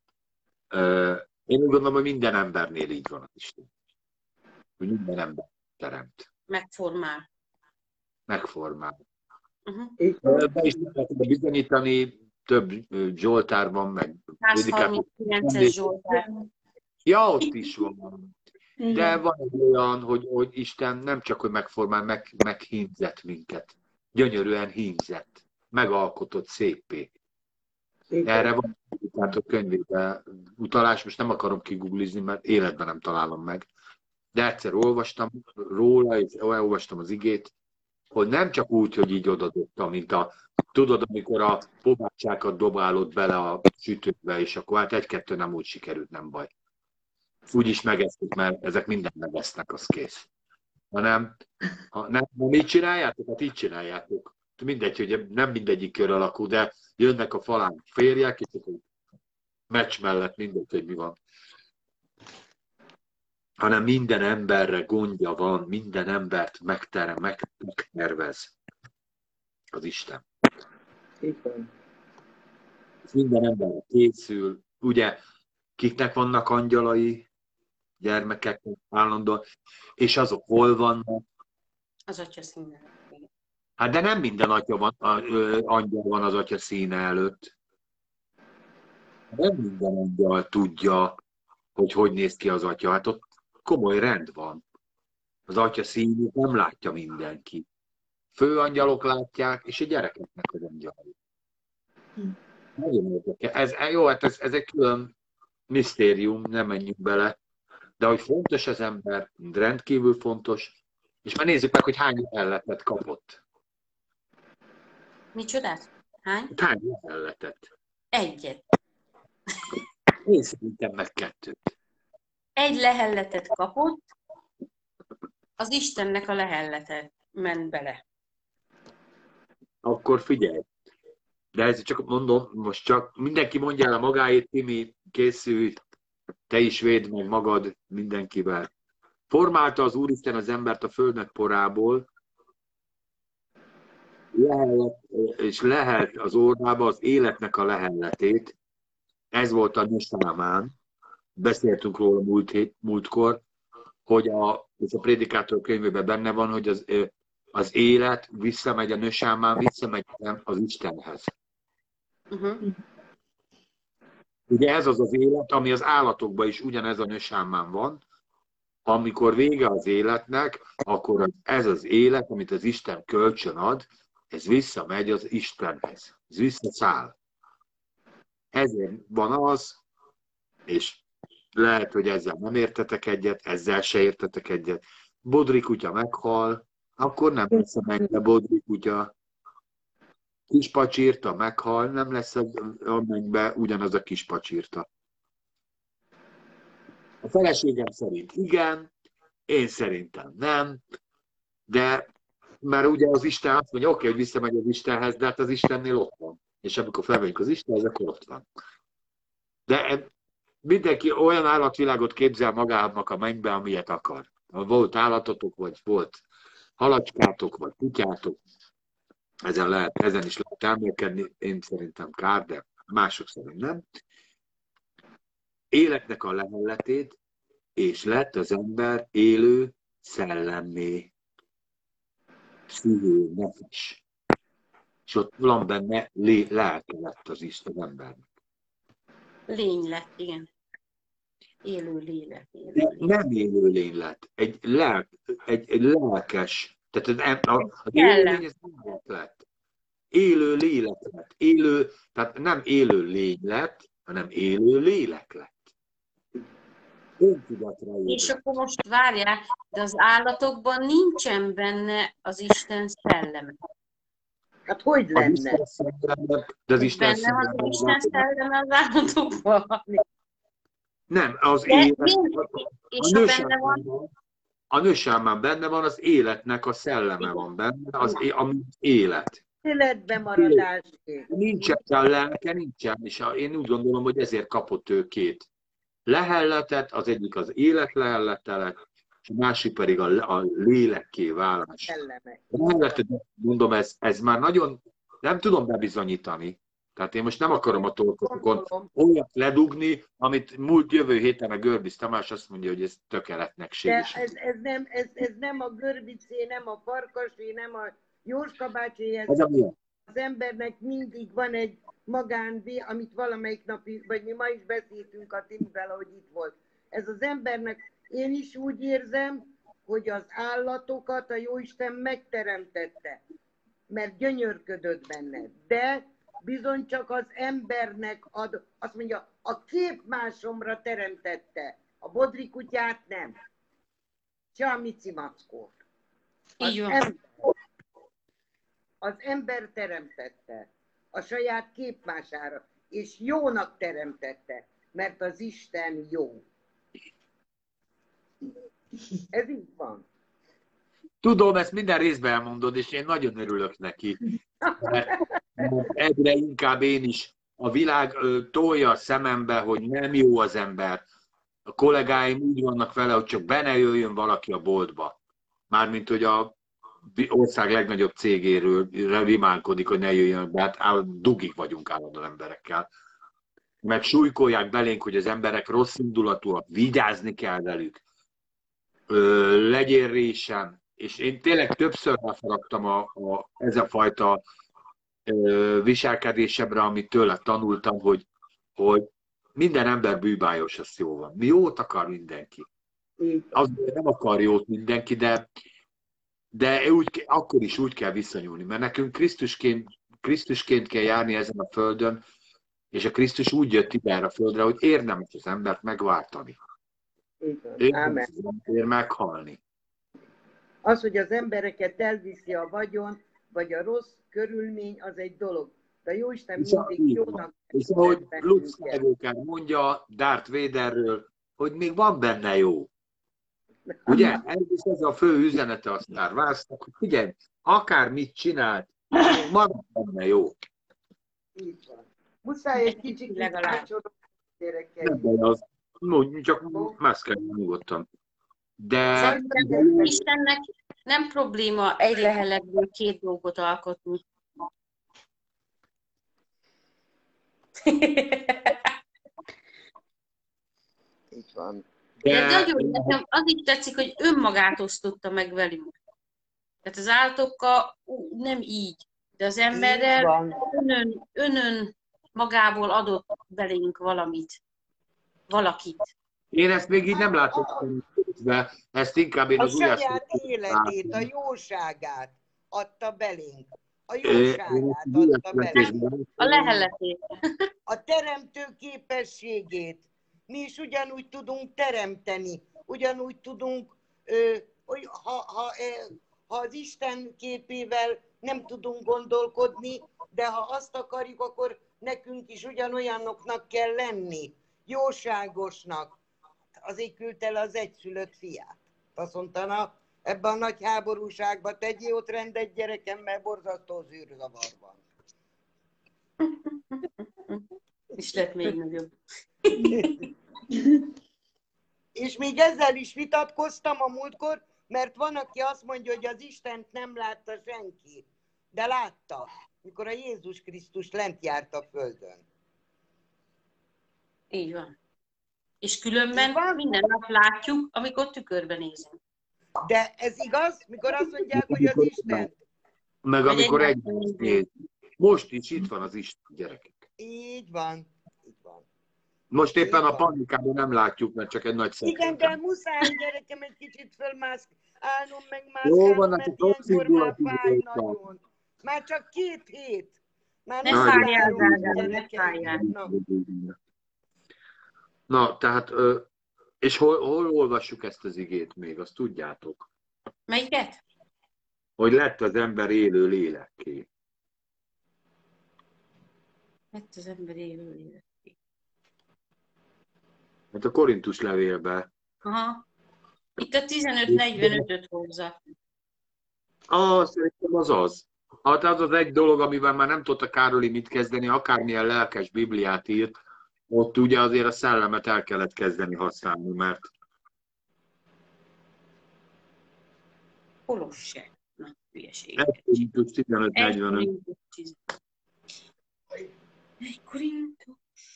Én úgy gondolom, hogy minden embernél így van az Isten. Hogy minden ember teremt. Megformál. Be is lehet bizonyítani, több Zsoltárban, meg... 139-es Zsoltár. Ja, ott is van. De van egy olyan, hogy Isten nem csak, hogy megformál, meghímzett minket. Gyönyörűen hímzett. Megalkotott szépé. Erre van a könyvében utalás, most nem akarom kiguglizni, mert életben nem találom meg. De egyszer olvastam róla, és olvastam az igét, hogy nem csak úgy, hogy így odadobta, mint tudod, amikor a pogácsákat dobálod bele a sütőbe, és akkor hát egy-kettő nem úgy sikerült, nem baj. Úgy is megesztük, mert ezek mindent megesznek, az kész. hanem ha nem így csináljátok, hát így csináljátok. Mindegy, hogy nem mindegyik kör alakú, de jönnek a falán férjek, és akkor meccs mellett mindegy, hogy mi van. Hanem minden emberre gondja van, minden embert megtervez az Isten. Igen. Minden emberre készül. Ugye, kiknek vannak angyalai, gyermekek állandóan, és azok hol vannak? Az atya színe. Hát de nem minden angyal van az atya színe előtt. Nem minden angyal tudja, hogy néz ki az atya. Hát ott komoly rend van. Az atya színét nem látja mindenki. Főangyalok látják, és a gyerekeknek az angyalai. Nagyon érdekes. Ez egy külön misztérium, nem menjünk bele. De hogy fontos az ember, rendkívül fontos. És már nézzük meg, hogy hány lehelletet kapott. Micsodát? Hány? Hány lehelletet? Egyet. Én szerintem meg 2. Egy lehelletet kapott, az Istennek a lehellete ment bele. Akkor figyelj. De ezt csak mondom, most csak mindenki mondja el a magáét, Timi, készülj, te is védd meg magad mindenkivel. Formálta az Úristen az embert a földnek porából, és lehelt az orrába az életnek a lehelletét. Ez volt a Nesámán. Beszéltünk róla múltkor, hogy és a Prédikátor könyvében benne van, hogy az élet visszamegy a Nesámán, visszamegy az Istenhez. Ugye ez az élet, ami az állatokban is ugyanez a Nesámán van. Amikor vége az életnek, akkor ez az élet, amit az Isten kölcsön ad, ez visszamegy az Istenhez. Ez visszaszáll. Ezért van az, és lehet, hogy ezzel nem értetek egyet, ezzel se értetek egyet. Bodri kutya meghal, akkor nem lesz a mennybe bodri kutya. Kispacsírta meghal, nem lesz a mennybe ugyanaz a kispacsírta. A feleségem szerint igen, én szerintem nem, de mert ugye az Isten azt mondja, oké, hogy visszamegy az Istenhez, de hát az Istennél ott van. És amikor felmegyünk az Istenhez, akkor ott van. De mindenki olyan állatvilágot képzel magának a mennybe, amilyet akar. Volt állatotok, vagy volt halacskátok, vagy kutyátok. Ezen is lehet elmélkedni, én szerintem kár, de mások szerint nem. Életnek a lehelletét, és lett az ember élő szellemmé, szívő, nefes. És ott van benne lelke lett az embernek. Lény lett, igen. Élő lélek. Nem élő lény lett. Egy lelkes. Tehát az élő lény ez nem lett. Élő lélek lett. Tehát nem élő lény lett, hanem élő lélek lett. Öntudatra ébredt. És akkor most várják, de az állatokban nincsen benne az Isten szelleme. Hát hogy lenne? De az Isten benne van az Isten szelleme az állatokban. Nem, az De élet. és ha benne van, A Nősámán benne van, az életnek a szelleme van benne, ami élet. Életben maradás. Nincsen a lelke, nincsen, és én úgy gondolom, hogy ezért kapott ő 2 lehelletet, az egyik az élet lehellete lett, és a másik pedig a lélekké válás. Mondom, ez már nagyon, nem tudom bebizonyítani. Tehát én most nem akarom a torkokon olyat ledugni, amit jövő héten a Görbic Tamás azt mondja, hogy ez tökéletnekség. De ez nem a Görbicé, nem a Farkasé, nem a Jóska bácsi, az embernek mindig van egy magánvé, amit valamelyik nap, vagy mi ma is beszéltünk a Timivel, hogy itt volt. Ez az embernek, én is úgy érzem, hogy az állatokat a Jóisten megteremtette, mert gyönyörködött benne. De bizony csak az embernek ad, azt mondja, a képmásomra teremtette. A bodri kutyát nem. Se a Mici Mackót. Az ember teremtette a saját képmására, és jónak teremtette, mert az Isten jó. Ez így van. Tudom, ezt minden részben elmondod, és én nagyon örülök neki. Mert egyre inkább én is a világ tolja a szemembe, hogy nem jó az ember. A kollégáim úgy vannak vele, hogy csak be ne jöjjön valaki a boltba. Mármint, hogy a ország legnagyobb cégéről rimánkodik, hogy ne jöjjön be. Hát dugik vagyunk állandó emberekkel. Meg súlykolják belénk, hogy az emberek rossz indulatúak, vigyázni kell velük. Legyél résen. És én tényleg többször ráfaragtam ez a fajta viselkedésemre, amit tőle tanultam, hogy minden ember bűbájos, az jó van. Jót akar mindenki. Azért nem akar jót mindenki, de akkor is úgy kell viszonyulni, mert nekünk Krisztusként kell járni ezen a földön, és a Krisztus úgy jött ide erre a földre, hogy érdemes az embert megváltani. Érdemes az ember meghalni. Az, hogy az embereket elviszi a vagyon, vagy a rossz körülmény, az egy dolog. De Jóisten mindig jónak. És ahogy Luke Skywalker mondja Darth Vaderről, hogy még van benne jó. Ugye? Ez a fő üzenete a Star Warsnak, hogy figyelj, akármit csinált, van benne jó. Így van. Muszáj egy kicsit kapcsolódni gyerekek. Nem baj az. Csak mászkálni nyugodtan. De Istennek nem probléma egy leheletből 2 dolgot alkotni. Így van. De nagyon, nekem az is tetszik, hogy önmagát osztotta meg velünk. Tehát az állatokkal nem így, de az emberrel önön magából adott belénk valakit. Én ezt még így nem látom, de ezt inkább én a az saját életét, a jóságát adta belénk. A jóságát adta belénk. A leheletét. A teremtő képességét. Mi is ugyanúgy tudunk teremteni. Ugyanúgy tudunk, hogy ha az Isten képével nem tudunk gondolkodni, de ha azt akarjuk, akkor nekünk is ugyanolyanoknak kell lenni. Jóságosnak. Azért küldte el az egyszülött fiát. Azt mondta, ebben a nagy háborúságban tegyél ott rendet gyerekem, mert borzasztó zűrzavar van. És lett még nagyobb. És még ezzel is vitatkoztam a múltkor, mert van, aki azt mondja, hogy az Istent nem látta senki. De látta, mikor a Jézus Krisztus lent járt a földön. Így van. És különben minden nap látjuk, amikor tükörben nézünk. De ez igaz, mikor azt mondják, hogy az Isten. Meg amikor egy néz. Most is itt van az Isten, gyerekek. Így van. Így van. Most éppen a panikában nem látjuk, mert csak egy nagy szekrény. Igen, de muszáj gyerekem egy kicsit fölmászkálnom, meg mászkálnom, mert ilyenkor már fáj nagyon. Már csak 2 hét. Már ne fájjál, ne fájjál. Na, tehát, és hol olvassuk ezt az igét még, azt tudjátok? Melyiket? Hogy lett az ember élő lélekké. Lett az ember élő lélekké. Hát a Korintus levélben. Aha. Itt a 15-45-öt hozza. Szerintem az. Hát az az egy dolog, amivel már nem tudta Károli mit kezdeni, akármilyen lelkes Bibliát írt, ott ugye azért a szellemet el kellett kezdeni használni, mert... Kolosse. Na, hülyeség. 1 Korintus 15-45. 1 Korintus.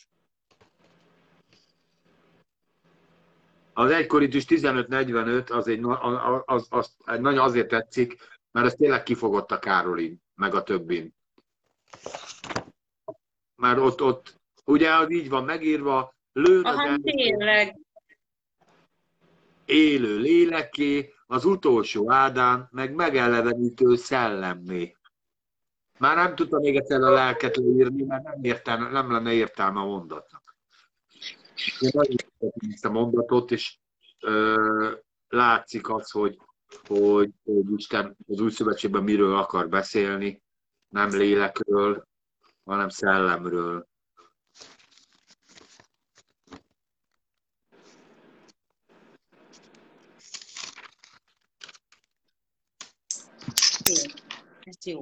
Az 1 Korintus 15-45 az nagyon azért tetszik, mert ez tényleg kifogott a Károlin, meg a többin. Mert ott ugye az így van megírva, lőn az tényleg. Élő lélekké, az utolsó Ádám, meg megelevenítő szellemmé. Már nem tudtam még egyszer a lelket leírni, mert nem lenne értelme a mondatnak. Én nagyon szeretem ezt a mondatot, és látszik az, hogy Isten az új szövetségben miről akar beszélni, nem lélekről, hanem szellemről. Ez jó.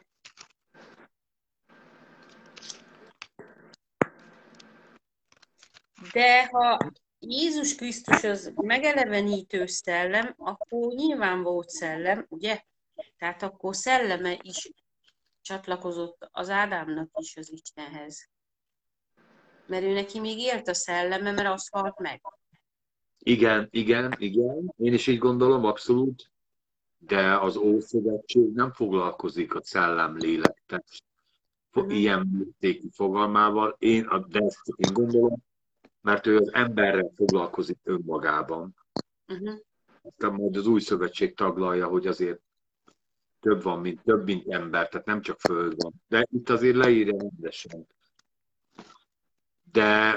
De ha Jézus Krisztus az megelevenítő szellem, akkor nyilván volt szellem, ugye? Tehát akkor szelleme is csatlakozott az Ádámnak is az Istenhez. Mert ő neki még élt a szelleme, mert az halt meg. Igen. Én is így gondolom, abszolút. De az Ószövetség nem foglalkozik a szellem, lélek, test ilyen mértékű fogalmával. De ezt én gondolom, mert ő az emberrel foglalkozik önmagában. Aztán majd az Új Szövetség taglalja, hogy azért több mint ember, tehát nem csak föld van. De itt azért leírja rendesen. De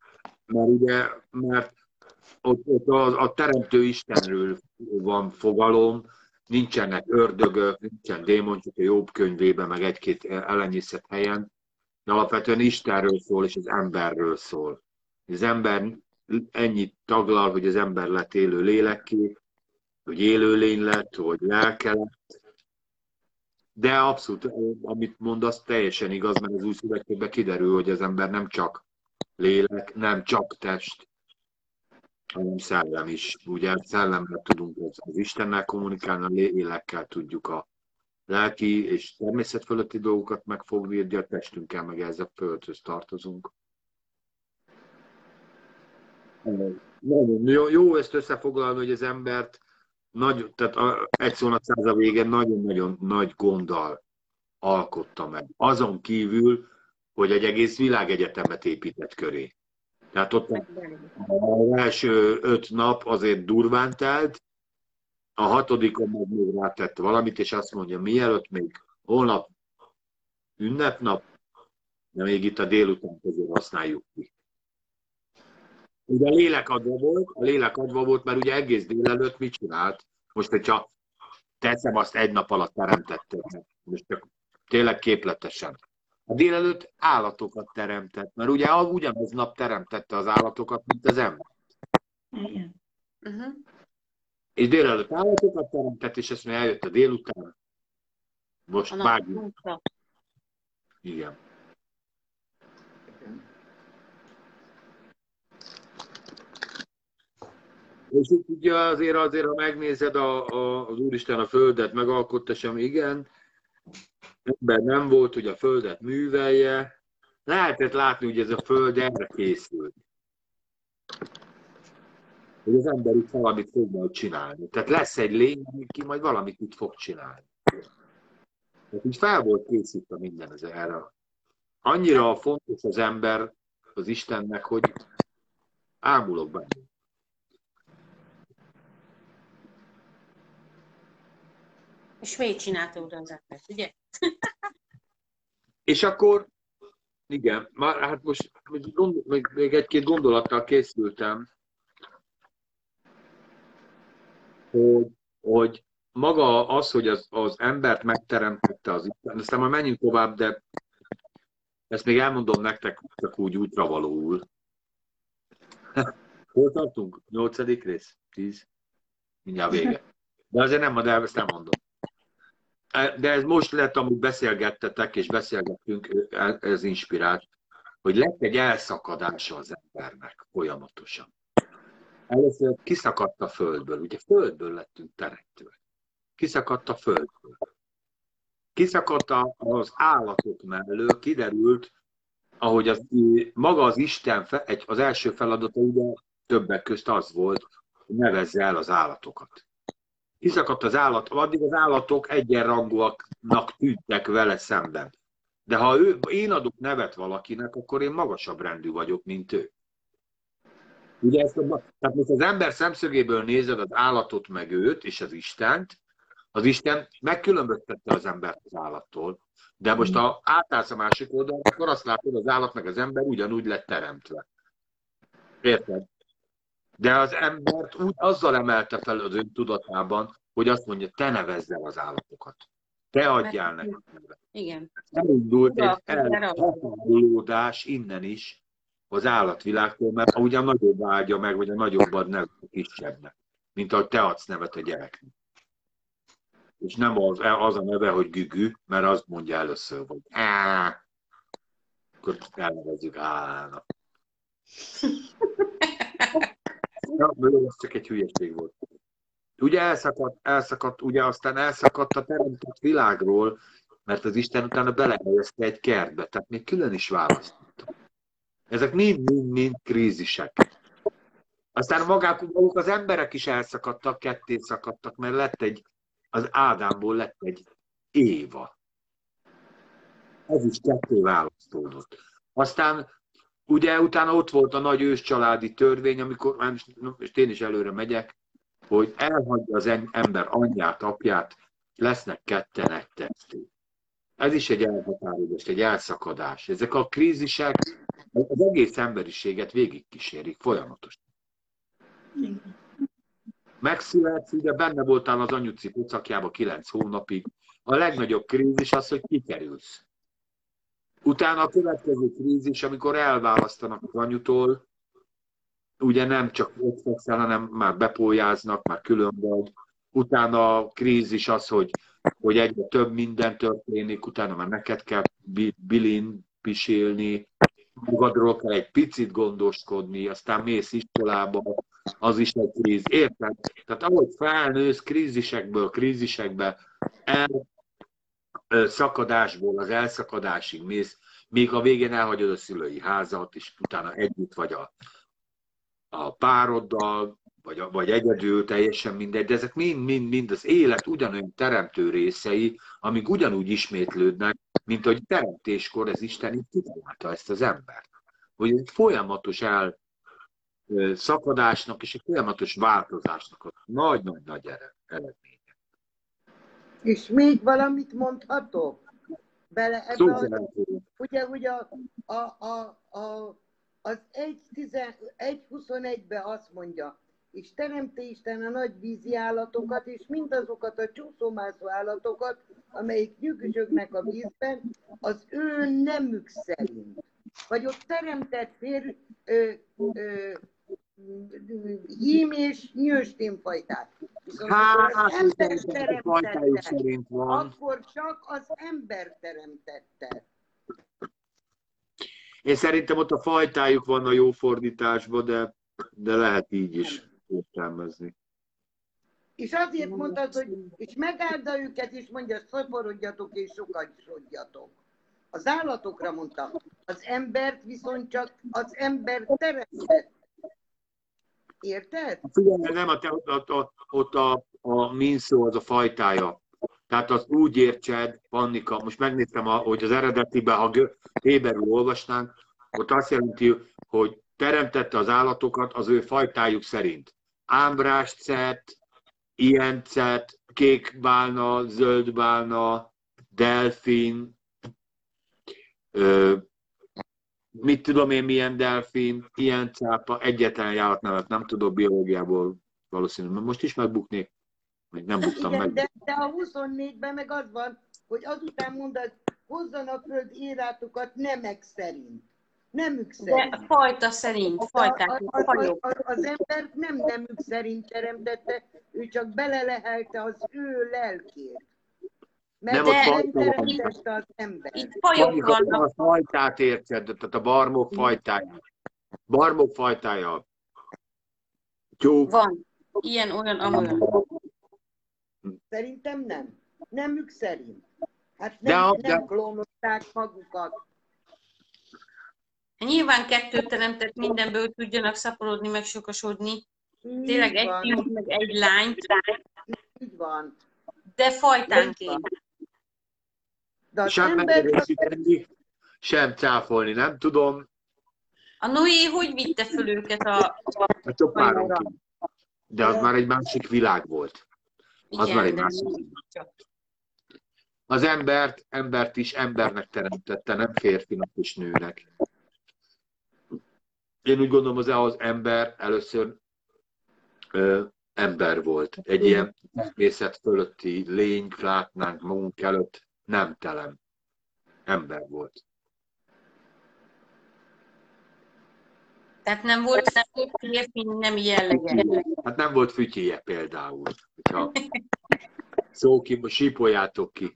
mert ott a Teremtő Istenről van fogalom, nincsenek ördögök, nincsen démon, csak a Jobb könyvében, meg egy-két elenyészett helyen, de alapvetően Istenről szól, és az emberről szól. Az ember ennyit taglal, hogy az ember lett élő lélekké, hogy élőlény lett, hogy lelke lett. De abszolút, amit mondasz, teljesen igaz, mert az Új Szövetségben kiderül, hogy az ember nem csak lélek, nem csak test, hanem szellem is. Ugye szellemmel tudunk az Istennel kommunikálni, a lélekkel tudjuk a lelki és természet fölötti dolgokat megfogni, de a testünkkel meg ezzel földhöz tartozunk. Nagyon jó ezt összefoglalni, hogy az embert tehát egy szónak száz a vége nagyon-nagyon nagy gonddal alkotta meg. Azon kívül, hogy egy egész világegyetemet épített köré. Tehát ott az első 5 nap azért durván telt, a 6-on meg még rátett valamit, és azt mondja, mielőtt még holnap ünnepnap, de még itt a délután azért használjuk ki. Ugye a lélek adva volt, mert ugye egész délelőtt mit csinált? Most, hogyha teszem, azt egy nap alatt teremtettem, most csak tényleg képletesen. A délelőtt állatokat teremtett, mert ugye ugyanaz nap teremtette az állatokat, mint az ember. Igen. És délelőtt állatokat teremtett, és ezt eljött a délután. Most vágjuk. Igen. És itt ugye azért ha megnézed az Úristen a Földet megalkotta sem, igen, ember nem volt, hogy a Földet művelje. Lehetett látni, hogy ez a Föld erre készült. Hogy az ember itt valamit fog majd csinálni. Tehát lesz egy lény, aki majd valamit itt fog csinálni. Tehát így fel volt készítve minden ez erre. Annyira fontos az ember az Istennek, hogy ámulok benne. És miért csinálta oda az embert, ugye? És akkor, igen, hát most még egy-két gondolattal készültem, hogy maga az, hogy az embert megteremtette az Isten, aztán már menjünk tovább, de ezt még elmondom nektek csak úgy útravalóul. Hol tartunk? 8. rész? 10? Mindjárt vége. De azért nem, de ezt nem mondom. De ez most lett, amúgy beszélgettetek, és beszélgettünk, ez inspirált, hogy lett egy elszakadása az embernek folyamatosan. Először kiszakadt a földből, ugye földből lettünk teremtve. Kiszakadt a földből. Kiszakadt az állatok mellől, kiderült, ahogy maga az Isten, az első feladata ugye többek közt az volt, hogy nevezze el az állatokat. Kiszakadt az állat, addig az állatok egyenrangúaknak tűntek vele szemben. De ha én adok nevet valakinek, akkor én magasabb rendű vagyok, mint ő. Ugye tehát most az ember szemszögéből nézed az állatot meg őt, és az Istent, az Isten megkülönböztette az embert az állattól. De most ha átállsz a másik oldalra, akkor azt látod, az állat meg az ember ugyanúgy lett teremtve. Érted? De az embert úgy azzal emelte fel az ön tudatában, hogy azt mondja, te nevezz el az állatokat. Te adjál nekik nevet. Igen. Elindult egy elhatárolódás innen is az állatvilágtól, mert ugyan nagyobb áldja meg, vagy a nagyobb ad nevet a kisebbnek, mint ahogy te adsz nevet a gyereknek. és nem az a neve, hogy Gügü, mert azt mondja először, hogy akkor elnevezzük Ának. Ja, ez csak egy hülyeség volt. Ugye elszakadt, ugye aztán elszakadt a teremtett világról, mert az Isten utána belehelyezte egy kertbe, tehát még külön is választotta. Ezek mind krízisek. Aztán maguk az emberek is elszakadtak, ketté szakadtak, mert az Ádámból lett egy Éva. Ez is ketté választódott. Aztán ugye utána ott volt a nagy őscsaládi törvény, amikor, és én is előre megyek, hogy elhagyja az ember anyját, apját, lesznek ketten egy testé. Ez is egy elhatározás, egy elszakadás. Ezek a krízisek az egész emberiséget végigkísérik folyamatosan. Megszületsz, ugye benne voltál az anyuci pocakjába 9 hónapig. A legnagyobb krízis az, hogy kikerülsz. Utána a következő krízis, amikor elválasztanak az anyutól, ugye nem csak ott fekszel, hanem már bepólyáznak, már külön vagy. Utána a krízis az, hogy egyre több minden történik, utána már neked kell pisilni, magadról kell egy picit gondoskodni, aztán mész iskolába, az is egy kríz. Érted? Tehát ahogy felnősz, krízisekbe, szakadásból az elszakadásig mész, még a végén elhagyod a szülői házat, és utána együtt vagy a pároddal, vagy egyedül, teljesen mindegy, de ezek mind az élet ugyanolyan teremtő részei, amik ugyanúgy ismétlődnek, mint hogy teremtéskor az Isten így kitalálta ezt az embert. Hogy egy folyamatos szakadásnak és egy folyamatos változásnak a nagy-nagy eredménye. És még valamit mondhatok? Bele ebbe ugye az 1.21-ben azt mondja, és teremte Isten a nagy vízi állatokat, és mindazokat a csúszómászó állatokat, amelyik nyügüzsögnek a vízben, az ő nemük szerint. Vagy ott teremtett hím és nyőstényfajtát. Viszont az ember teremtette, akkor csak az ember teremtette. Én szerintem ott a fajtájuk van a jó fordításban, de lehet így is értelmezni. És azért mondtad, hogy és megáldja őket, és mondja, szaporodjatok és sokasodjatok. Az állatokra mondta, az embert viszont csak az ember teremtett. Érted? Figyelj, nem, ott a min szó az a fajtája. Tehát azt úgy értsed, Pannika, most megnéztem, hogy az eredetiben, ha héberül olvasnánk, ott azt jelenti, hogy teremtette az állatokat az ő fajtájuk szerint. Ámbrászcet, ilyencet, kékbálna, zöldbálna, delfin, mit tudom én milyen delfin, ilyen cápa, egyetlen állatnevet nem tudok biológiából valószínűleg. Most is megbuknék, még nem buktam igen, meg. De a 24-ben meg az van, hogy azután mondod, hozzanak föld érátokat nemek szerint. Nemük szerint. De fajta szerint, fajták, fajok. Az embert nem nemük szerint teremtette, ő csak belelehelte az ő lelkét. Mert nem teremtette az ember. Itt fajok vannak. A fajtát érted, tehát a barmok fajtája. Barmok fajtája. Tyúk. Van. Ilyen, olyan, amolyan. Szerintem nem. Nemük szerint. Hát nem klónozták magukat. Nyilván kettőt teremtett, mindenből tudjanak szaporodni, meg sokasodni. Tényleg egy fiút, meg egy lányt. Így van. De fajtánként. De sem megerősíteni, sem cáfolni, nem tudom. A Noé hogy vitte föl őket a csopáronként? De az már egy másik világ volt. Az igen, már egy másik világ. Az embert is embernek teremtette, nem férfinak és nőnek. Én úgy gondolom, az ember először ember volt. Egy ilyen természet fölötti lényt látnánk magunk előtt, nem telem. Ember volt. Tehát nem volt férfi, nem jellege. Hát nem volt fütyéje például. Hogyha... sípoljátok ki.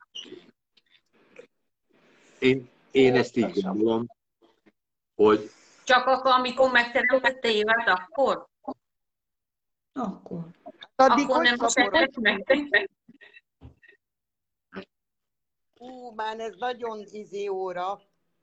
Én ezt így gondolom, hogy... Csak akkor, amikor megteremtette Évát, akkor? Akkor. Akkor nem sejtett meg. Már ez nagyon óra.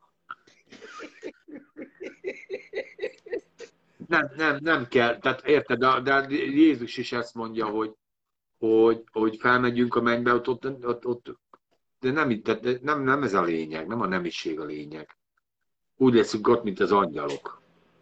Nem kell. Tehát érted, de Jézus is ezt mondja, hogy felmegyünk a mennybe, ott de nem ez a lényeg, nem a nemiség a lényeg. Úgy leszünk ott, mint az angyalok.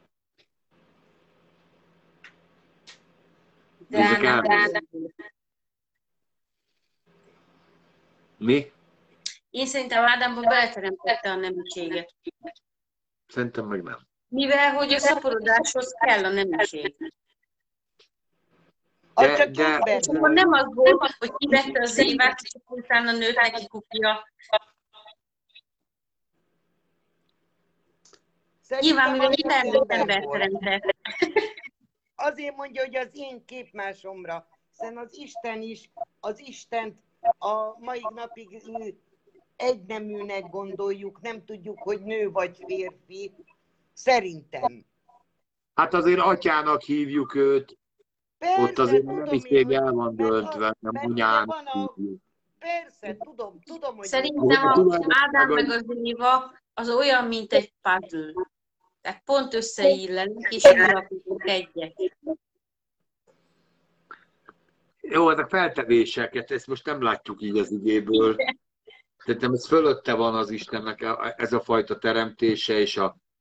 Mi? Én szerintem Ádámban beleteremtette a nemiséget. Szerintem meg nem. Mivel, hogy a szaporodáshoz kell a nemiség. De akkor nem az volt, hogy kivette az Évát, és utána nőtt neki kukja. Nyilván, mivel felnőtt ember teremtett. Azért mondja, hogy az én képmásomra. Hiszen az Isten is, az Istent a mai napig egyneműnek gondoljuk, nem tudjuk, hogy nő vagy férfi. Szerintem. Hát azért atyának hívjuk őt. Persze, ott azért nem is el van döntve, nem anyának hívjuk. Persze, tudom, hogy... Szerintem Ádám meg az Éva az olyan, mint egy puzzle. Tehát pont összeillenek, és alapítunk egyet. Jó, ezek feltevéseket, ezt most nem látjuk így az igéből. Szerintem ez fölötte van az Istennek ez a fajta teremtése, és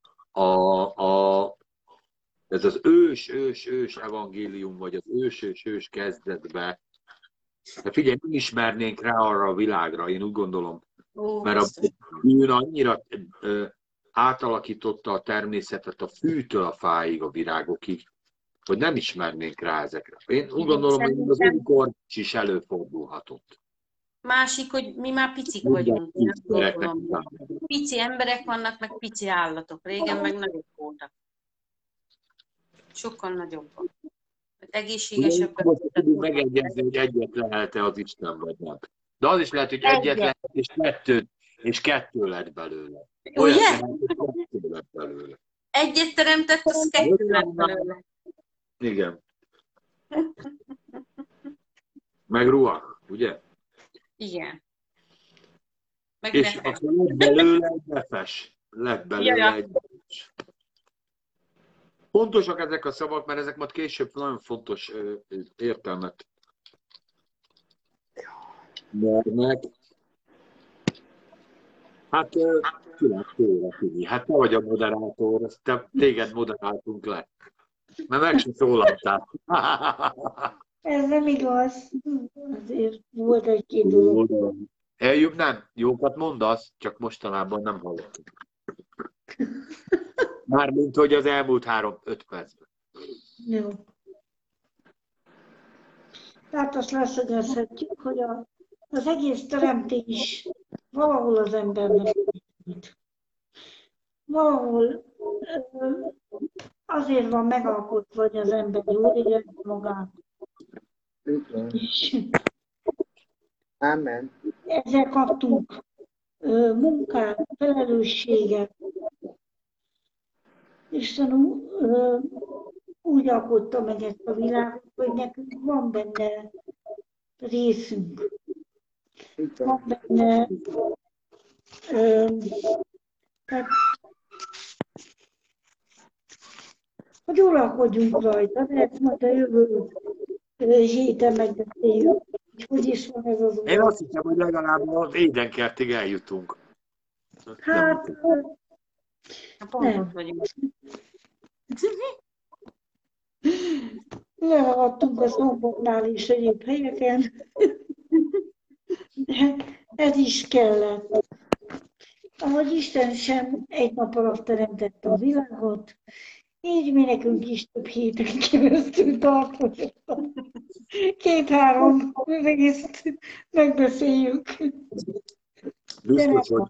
ez az ős evangélium, vagy az ős kezdetbe. De figyelj, nem ismernénk rá arra a világra, én úgy gondolom. Mert a bűn annyira átalakította a természetet a fűtől a fáig, a virágokig, hogy nem ismernénk rá ezekre. Én úgy gondolom, hogy az újkor is előfordulhatott. Másik, hogy mi már picik vagyunk. Pici emberek vannak, meg pici állatok. Régen meg nagyobb voltak. Sokkal nagyobbak. Egészségesebbek. Tudjuk megegyezni, hogy egyet lehet-e az Isten vagy nem. De az is lehet, hogy egyet lehet, és kettő lett belőle. Ugye? Kettő lett belőle. Egyet teremtett, az kettő lett belőle. Igen. Meg ruach, ugye? Igen. Meg és akkor lett belőle egy nefes. Lett belőle egy nefes. Fontosak ezek a szavak, mert ezek majd később nagyon fontos értelmet nyernek. Hát hát te vagy a moderátor, téged moderáltunk le. Mert meg sem szólaltál. Ez nem igaz. Azért volt egy-két dolog. Nem, jókat mondasz, csak mostanában nem hallottuk. Mármint, hogy az elmúlt 3-5 percben. Jó. Tehát azt leszögezhetjük, hogy az egész teremtés valahol az embernek segít. Valahol azért van megalkotva, hogy az ember jól érezze magát. Amen. Ezzel kaptunk munkát, felelősséget. Isten úgy alkotta meg ezt a világot, hogy nekünk van benne részünk. Van benne hogy uralkodjunk rajta, mert majd a jövő héten megbeszéljük, hogy is van ez az Én azt hiszem, hogy legalább az Édenkertig eljutunk. Hát, pont vagyunk. lehaladtunk a szomboknál és egyéb helyeken. De ez is kellett. Ahogy Isten sem egy nap alatt teremtette a világot, így mi nekünk is több héten keresztül tartott. 2-3 részt megbeszéljük. Biztos, hogy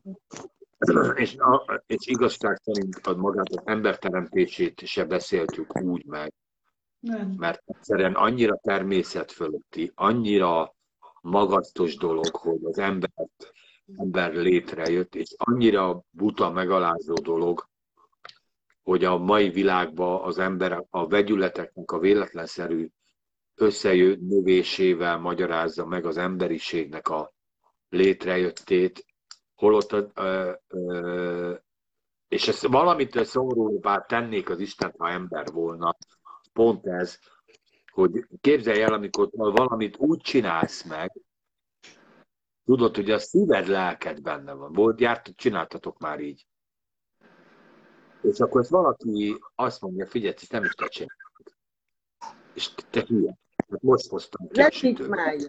és igazság szerint magát az emberteremtését se beszéltük úgy meg, Nem. mert egyszerűen annyira természet fölötti, annyira magasztos dolog, hogy az ember létrejött, és annyira buta, megalázó dolog, hogy a mai világban az ember a vegyületeknek a véletlenszerű összenövésével magyarázza meg az emberiségnek a létrejöttét, holott és ezt valamitől szomorúbbá tennék az Isten, ha ember volna. Pont ez, hogy képzelj el, amikor valamit úgy csinálsz meg, tudod, hogy a szíved, lelked benne van. Csináltatok már így. És akkor ezt valaki azt mondja, figyelj, ezt nem is te csinálod. És te hülye. Hát most hoztam ki a sütőt.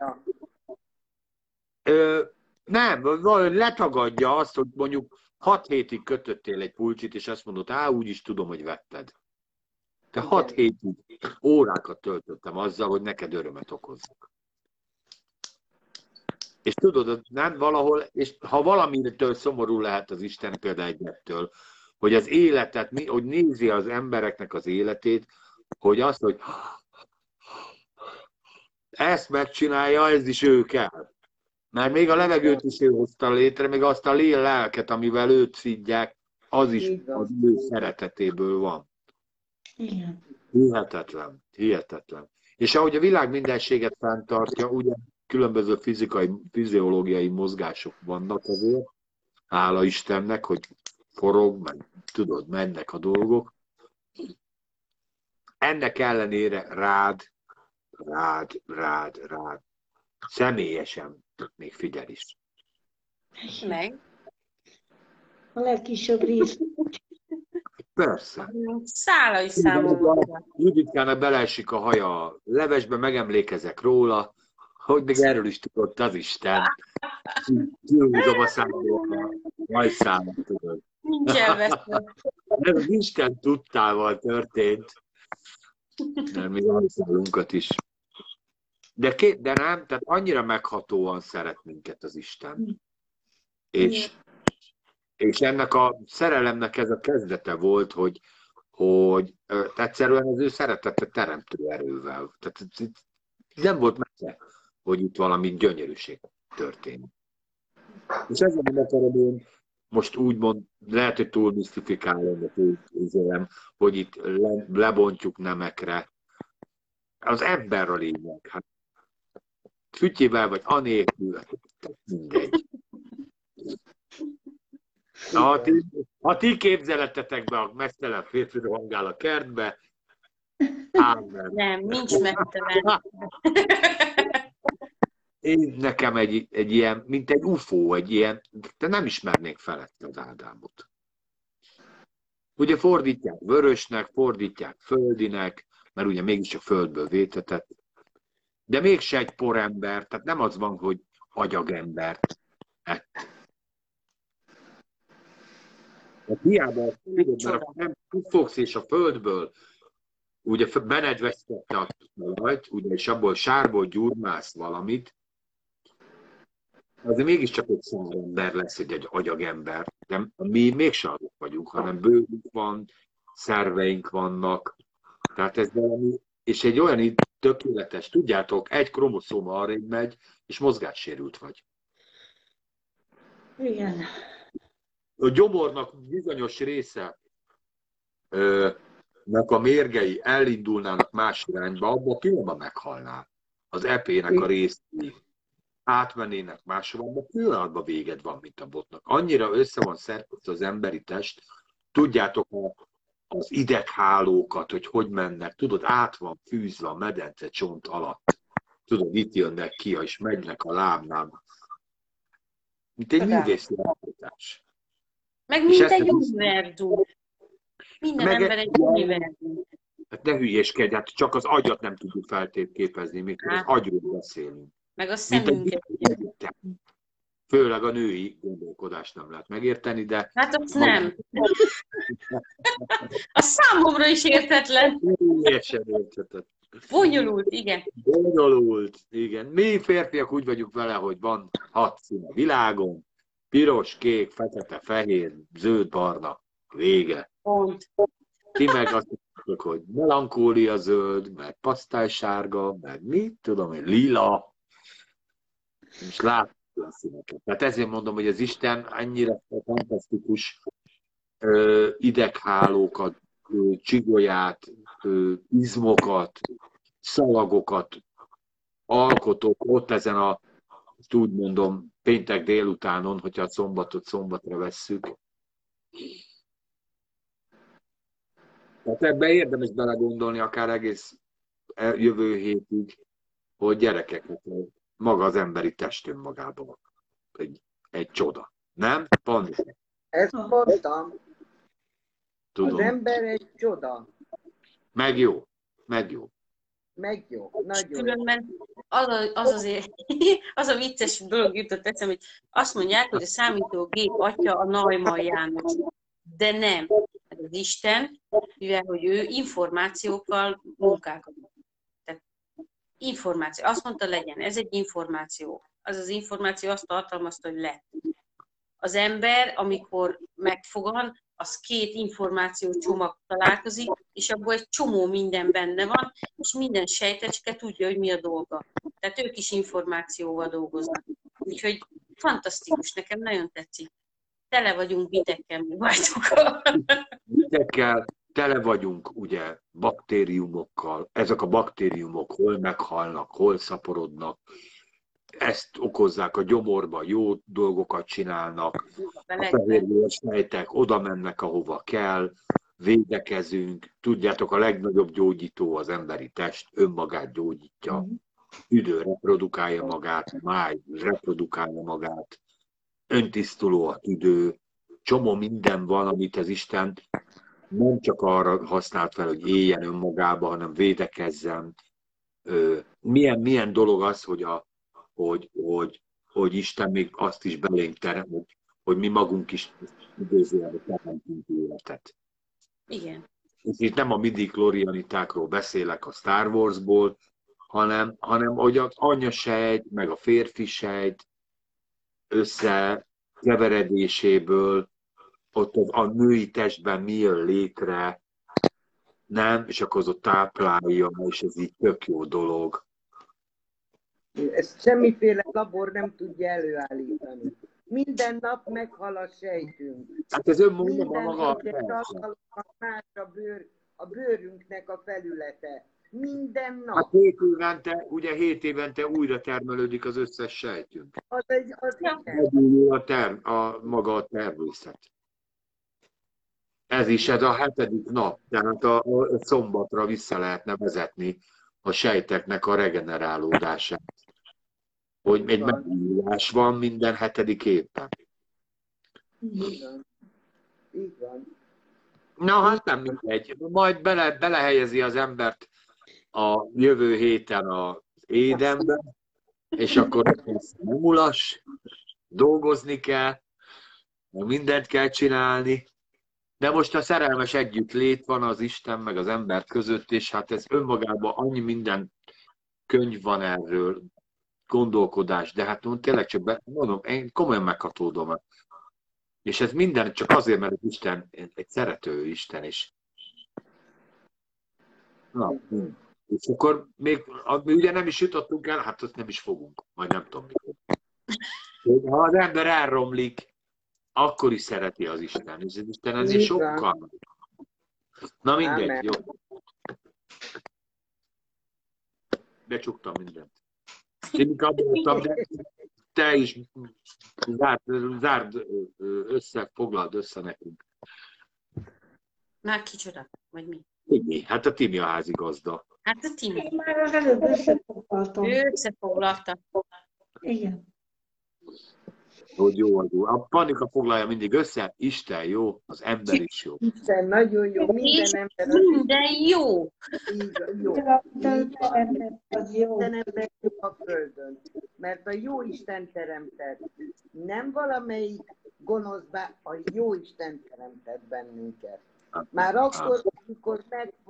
Nem, letagadja azt, hogy mondjuk 6 hétig kötöttél egy pulcsit, és azt mondod, úgyis tudom, hogy vetted. De 6 hétig órákat töltöttem azzal, hogy neked örömet okozzak. És tudod, nem valahol, és ha valamitől szomorú lehet az Isten például egyettől, hogy az életet, hogy nézi az embereknek az életét, hogy azt, hogy ezt megcsinálja, ez is ő kell. Mert még a levegőt is ő hozta létre, még azt a lélket, amivel őt szidják, az is az ő szeretetéből van. Igen. Hihetetlen. És ahogy a világ mindenséget fenntartja, ugye különböző fiziológiai mozgások vannak azért, hála Istennek, hogy forog, meg tudod, mennek a dolgok. Ennek ellenére rád, személyesen még figyel is. Meg? A legkisebb rész. Persze. Szálai számomra. Juditkának beleesik a haja a levesbe, megemlékezek róla, hogy még erről is tudott az Isten. Kiúzom a számomra a hajszámat, tudod. Nincs elveszve. Ez az Isten tudtával történt. Mert még hajszálunkat is. De nem, tehát annyira meghatóan szeret minket az Isten. És ennek a szerelemnek ez a kezdete volt, hogy egyszerűen az ő szeretete teremtő erővel. Tehát nem volt messze, hogy itt valami gyönyörűség történik. És ezzel nem akarom én most úgymond, lehet, hogy túl misztifikálom, hogy itt lebontjuk nemekre. Az ember a lényeg. Hát, fütyével vagy anélkül, mindegy. A ti képzeletetekben a mesztelen férfi rohangál a kertbe. Nem, nincs mesztelen. Én nekem egy ilyen, mint egy UFO, egy ilyen, de nem ismernék felett az Ádámot. Ugye fordítják vörösnek, fordítják földinek, mert ugye mégis a földből vétetett, de mégse egy porember, tehát nem az van, hogy agyagembert ett. Hát hiába, mert nem fogsz és a földből, ugye benedvesztette a talajt, ugye, és abból sárból gyurmász valamit, azért mégiscsak egy szárember lesz, egy agyagember. De mi mégsem azok vagyunk, hanem bőrünk van, szerveink vannak. Tehát ez valami, és egy olyan tökéletes, tudjátok, egy kromoszóma arrébb megy, és mozgássérült vagy. Igen. A gyomornak bizonyos része a mérgei elindulnának más irányba, abban pillanatban meghalnál. Az EP-nek a részei átmennének máshova, abban pillanatban véged van, mint a botnak. Annyira össze van szerkesztve az emberi test, tudjátok az ideghálókat, hogy mennek, tudod, át van fűzve a medence csont alatt. Tudod, itt jönnek ki, és megynek a lábnál. Mint egy művészi alkotás. Meg mint egy univerzum. Minden ember egy univerzum. Hát ne hülyéskedj, hát csak az agyat nem tudjuk feltérképezni, mikor az agyról beszélünk. Meg a szemünket. Főleg a női gondolkodást nem lehet megérteni, de... Hát azt nem. A számomra is értetlen. Bonyolult, igen. Bonyolult, igen. Mi férfiak úgy vagyunk vele, hogy van 6 szín a világon. Piros, kék, fekete, fehér, zöld, barna. Vége. Pont. Ti meg azt mondjuk, hogy melankólia zöld, meg pasztálysárga, meg mit tudom én, lila. és látni a színeket. Tehát ezért mondom, hogy az Isten annyira fantasztikus ideghálókat, csigolyát, izmokat, szalagokat alkotott ott ezen a, úgy mondom, péntek délutánon, hogyha a szombatot szombatra vesszük. Tehát ebbe érdemes belegondolni akár egész jövő hétig, hogy gyerekek, maga az emberi test önmagában egy csoda. Nem? Pont. Ezt mondtam. Tudom. Az ember egy csoda. Meg jó. Meg jó. Meg jó. Nagyon jó. Különben az a vicces dolog jutott eszembe, hogy azt mondják, hogy a számítógép atya a Neumann János. De nem. Az Isten, mivel hogy ő információkkal munkálkodik. Tehát információ. Azt mondta, legyen. Ez egy információ. Az az információ azt tartalmazta, hogy lett. Az ember, amikor megfogan, az két információcsomag találkozik, és abból egy csomó minden benne van, és minden sejtecske tudja, hogy mi a dolga. Tehát ők is információval dolgoznak. Úgyhogy fantasztikus, nekem nagyon tetszik. Tele vagyunk bitekkel, mi bajtokkal. Bitekkel tele vagyunk, ugye, baktériumokkal. Ezek a baktériumok hol meghalnak, hol szaporodnak. Ezt okozzák a gyomorba, jó dolgokat csinálnak, a fehérjéres sejtek oda mennek, ahova kell, védekezünk. Tudjátok, a legnagyobb gyógyító az emberi test, önmagát gyógyítja, tüdő reprodukálja magát, máj reprodukálja magát, öntisztuló a tüdő, csomó minden van, amit az Isten nem csak arra használt fel, hogy éljen önmagába, hanem védekezzen. Milyen dolog az, hogy Isten még azt is belénk terem, hogy mi magunk is időzően teremtünk életet. Igen. Itt nem a midi-klorianitákról beszélek a Star Warsból, hanem hogy az anyasejt, meg a férfi sejt összekeveredéséből, ott a női testben mi jön létre, nem? És akkor az ott táplálja, és ez így tök jó dolog. Ezt semmiféle labor nem tudja előállítani. Minden nap meghal a sejtünk. Hát ez önmondom a Minden maga. egyes alkalommal más a bőrünknek a felülete. Minden nap. Hát 7 évente újra termelődik az összes sejtünk. Az Megújul maga a természet. Ez a 7. nap, tehát a szombatra vissza lehetne vezetni a sejteknek a regenerálódását. Hogy egy megújulás van minden 7. évben. Így van. Na hát nem mindegy. Majd belehelyezi az embert a jövő héten az édenbe, és akkor mulas, dolgozni kell, mindent kell csinálni. De most a szerelmes együttlét van az Isten meg az ember között, és hát ez önmagában annyi minden könyv van erről, gondolkodás, de hát tényleg csak mondom, én komolyan meghatódom. És ez minden csak azért, mert az Isten egy szerető Isten is. Na, és akkor még, mi ugye nem is jutottunk el, hát azt nem is fogunk, majd nem tudom mikor. Ha az ember elromlik, akkor is szereti az Isten, és az Isten ezért sokkal. Na mindegy, Amen. jó. Becsuktam mindent. Én kaptam, de te is zárd össze, foglald össze nekünk. Már kicsoda, vagy mi? Timi, hát a Timi a házigazda. Hát a Timi. Már az előbb összefoglaltam. Ő összefoglalta. Igen. Hogy jó az jó. A Pannika foglalja mindig össze, Isten jó, az ember is jó. Isten nagyon jó, És minden ember minden jó. jó. Az jó. Minden ember jó a Földön, mert a jó Isten teremtett. Nem valamelyik gonoszba, a jó Isten teremtett bennünket. Már akkor, amikor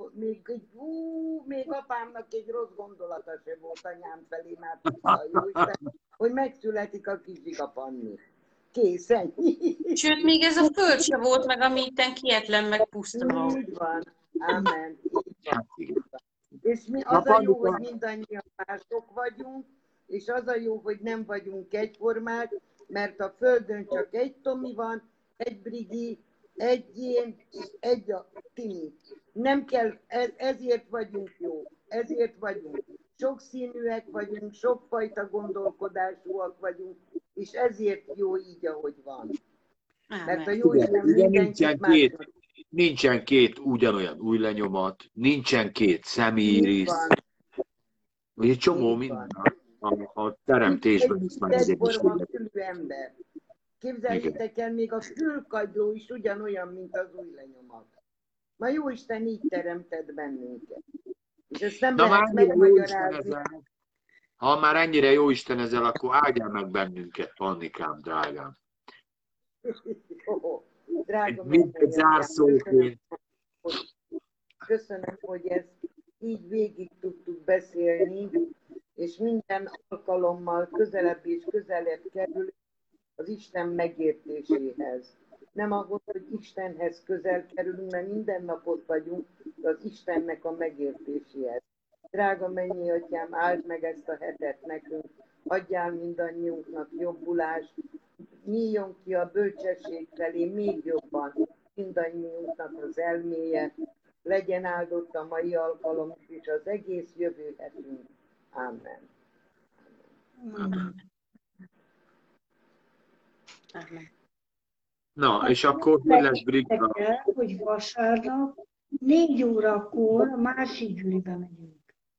még apámnak egy rossz gondolata se volt anyám felé, már tudta a jó Isten, hogy megszületik a kizsiga Panni. Kész, ennyi. Sőt, még ez a föld se volt meg, ami itten kietlen, meg puszta volt. Így van. Amen. Így van. Hát igen. És mi az a jó, hogy mindannyian mások vagyunk, és az a jó, hogy nem vagyunk egyformák, mert a Földön csak egy Tomi van, egy Brigi, egy én, és egy a Timi. Nem kell, ezért vagyunk jó, ezért vagyunk. Sokszínűek vagyunk, sokfajta gondolkodásúak vagyunk, és ezért jó így, ahogy van. Mert a jó Isten mindenkit másnak. Nincsen két ugyanolyan új lenyomat, nincsen két szemíris, vagy egy csomó minden a teremtésben is már az egyforma fülű ember. Képzeljétek el, még a fülkagyló is ugyanolyan, mint az új lenyomat. Ma jó Isten így teremtett bennünket. És ezt nem lehet megmagyarázni. Ha már ennyire jó Isten ezzel, akkor áldjál meg bennünket, Pannikám, drágám. Drága zárszóként. Köszönöm, hogy ezt így végig tudtuk beszélni, és minden alkalommal közelebb és közelebb kerül az Isten megértéséhez. Nem ahhoz, hogy Istenhez közel kerülünk, mert minden napot vagyunk, de az Istennek a megértéséhez. Drága mennyi atyám, áld meg ezt a hetet nekünk, adjál mindannyiunknak jobbulást, nyíljon ki a bölcsesség felé még jobban mindannyiunknak az elméje, legyen áldott a mai alkalom és az egész jövő hetünk. Amen. Amen. Na, és akkor mi lesz, Britta? Hogy vasárnap 4 órakor a másik gyűlibe megyünk.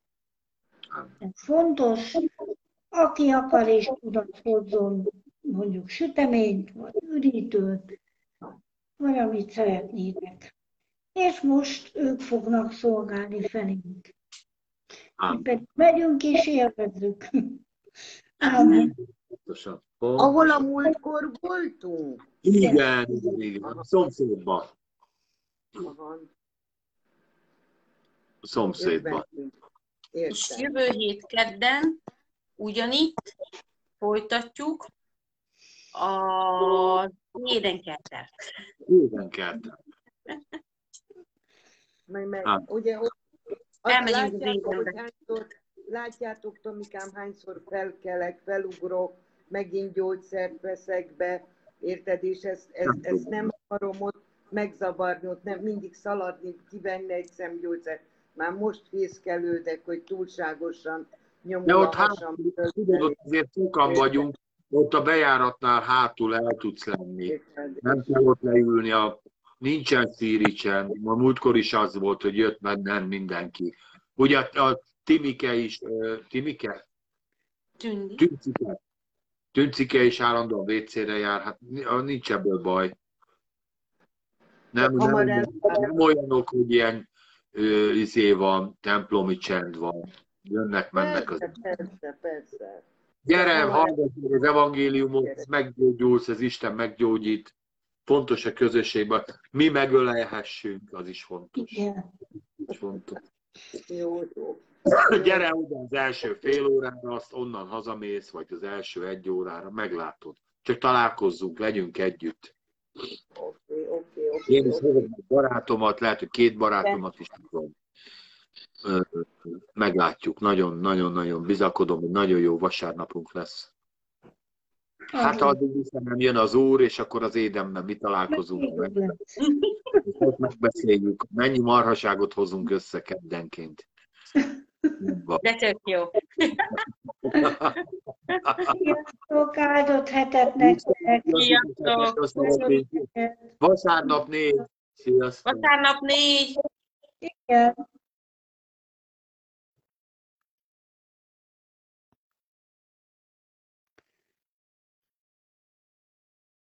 Fontos, aki akar és tud, hozzon mondjuk süteményt, vagy üdítőt, vagy amit szeretnétek. És most ők fognak szolgálni felénk. Mi pedig megyünk és élvezzük. Amen. Ahol a múltkor voltunk. Igen. Szomszédban. Szomszédban. És jövő hét kedden ugyanitt folytatjuk az édenkerttel. Édenkerttel. Ugye, látjátok, Tomikám, hányszor felkelek, felugrok, megint gyógyszert veszek be, érted? És ezt nem akarom ott megzavarni, ott nem mindig szaladni, kivenni egy szemgyógyszert. Már most fészkelődek, hogy túlságosan nyomul a hasam. Tudod, ott azért sokan vagyunk, ott a bejáratnál hátul el tudsz lenni. Nem kell ott leülni, nincsen szíricsen. A múltkor is az volt, hogy jött mennem mindenki. Ugye a Timike is, Timike? Tüncike is állandóan WC-re jár, hát nincs ebből baj. Nem olyanok, hogy ilyen izé van, templomi csend van. Jönnek, mennek az. Persze. Gyere, hallgass meg az evangéliumot, meggyógyulsz, az Isten meggyógyít. Fontos a közösségben. Mi megölelhessünk, az is fontos. Igen. Fontos. Jó. Gyere oda az első fél órára, azt onnan hazamész, vagy az első 1 órára, meglátod. Csak találkozzunk, legyünk együtt. Oké. Én is hozom a barátomat, lehet, hogy 2 barátomat is tudom. Meglátjuk. Nagyon bizakodom, hogy nagyon jó vasárnapunk lesz. Hát addig vissza nem jön az Úr, és akkor az édenben mi találkozunk. Ott megbeszéljük, mennyi marhaságot hozunk össze keddenként. De tök jó. Sziasztok, áldott hetet nektek! Sziasztok! Vasárnap 4. Sziasztok! Vasárnap 4. Igen.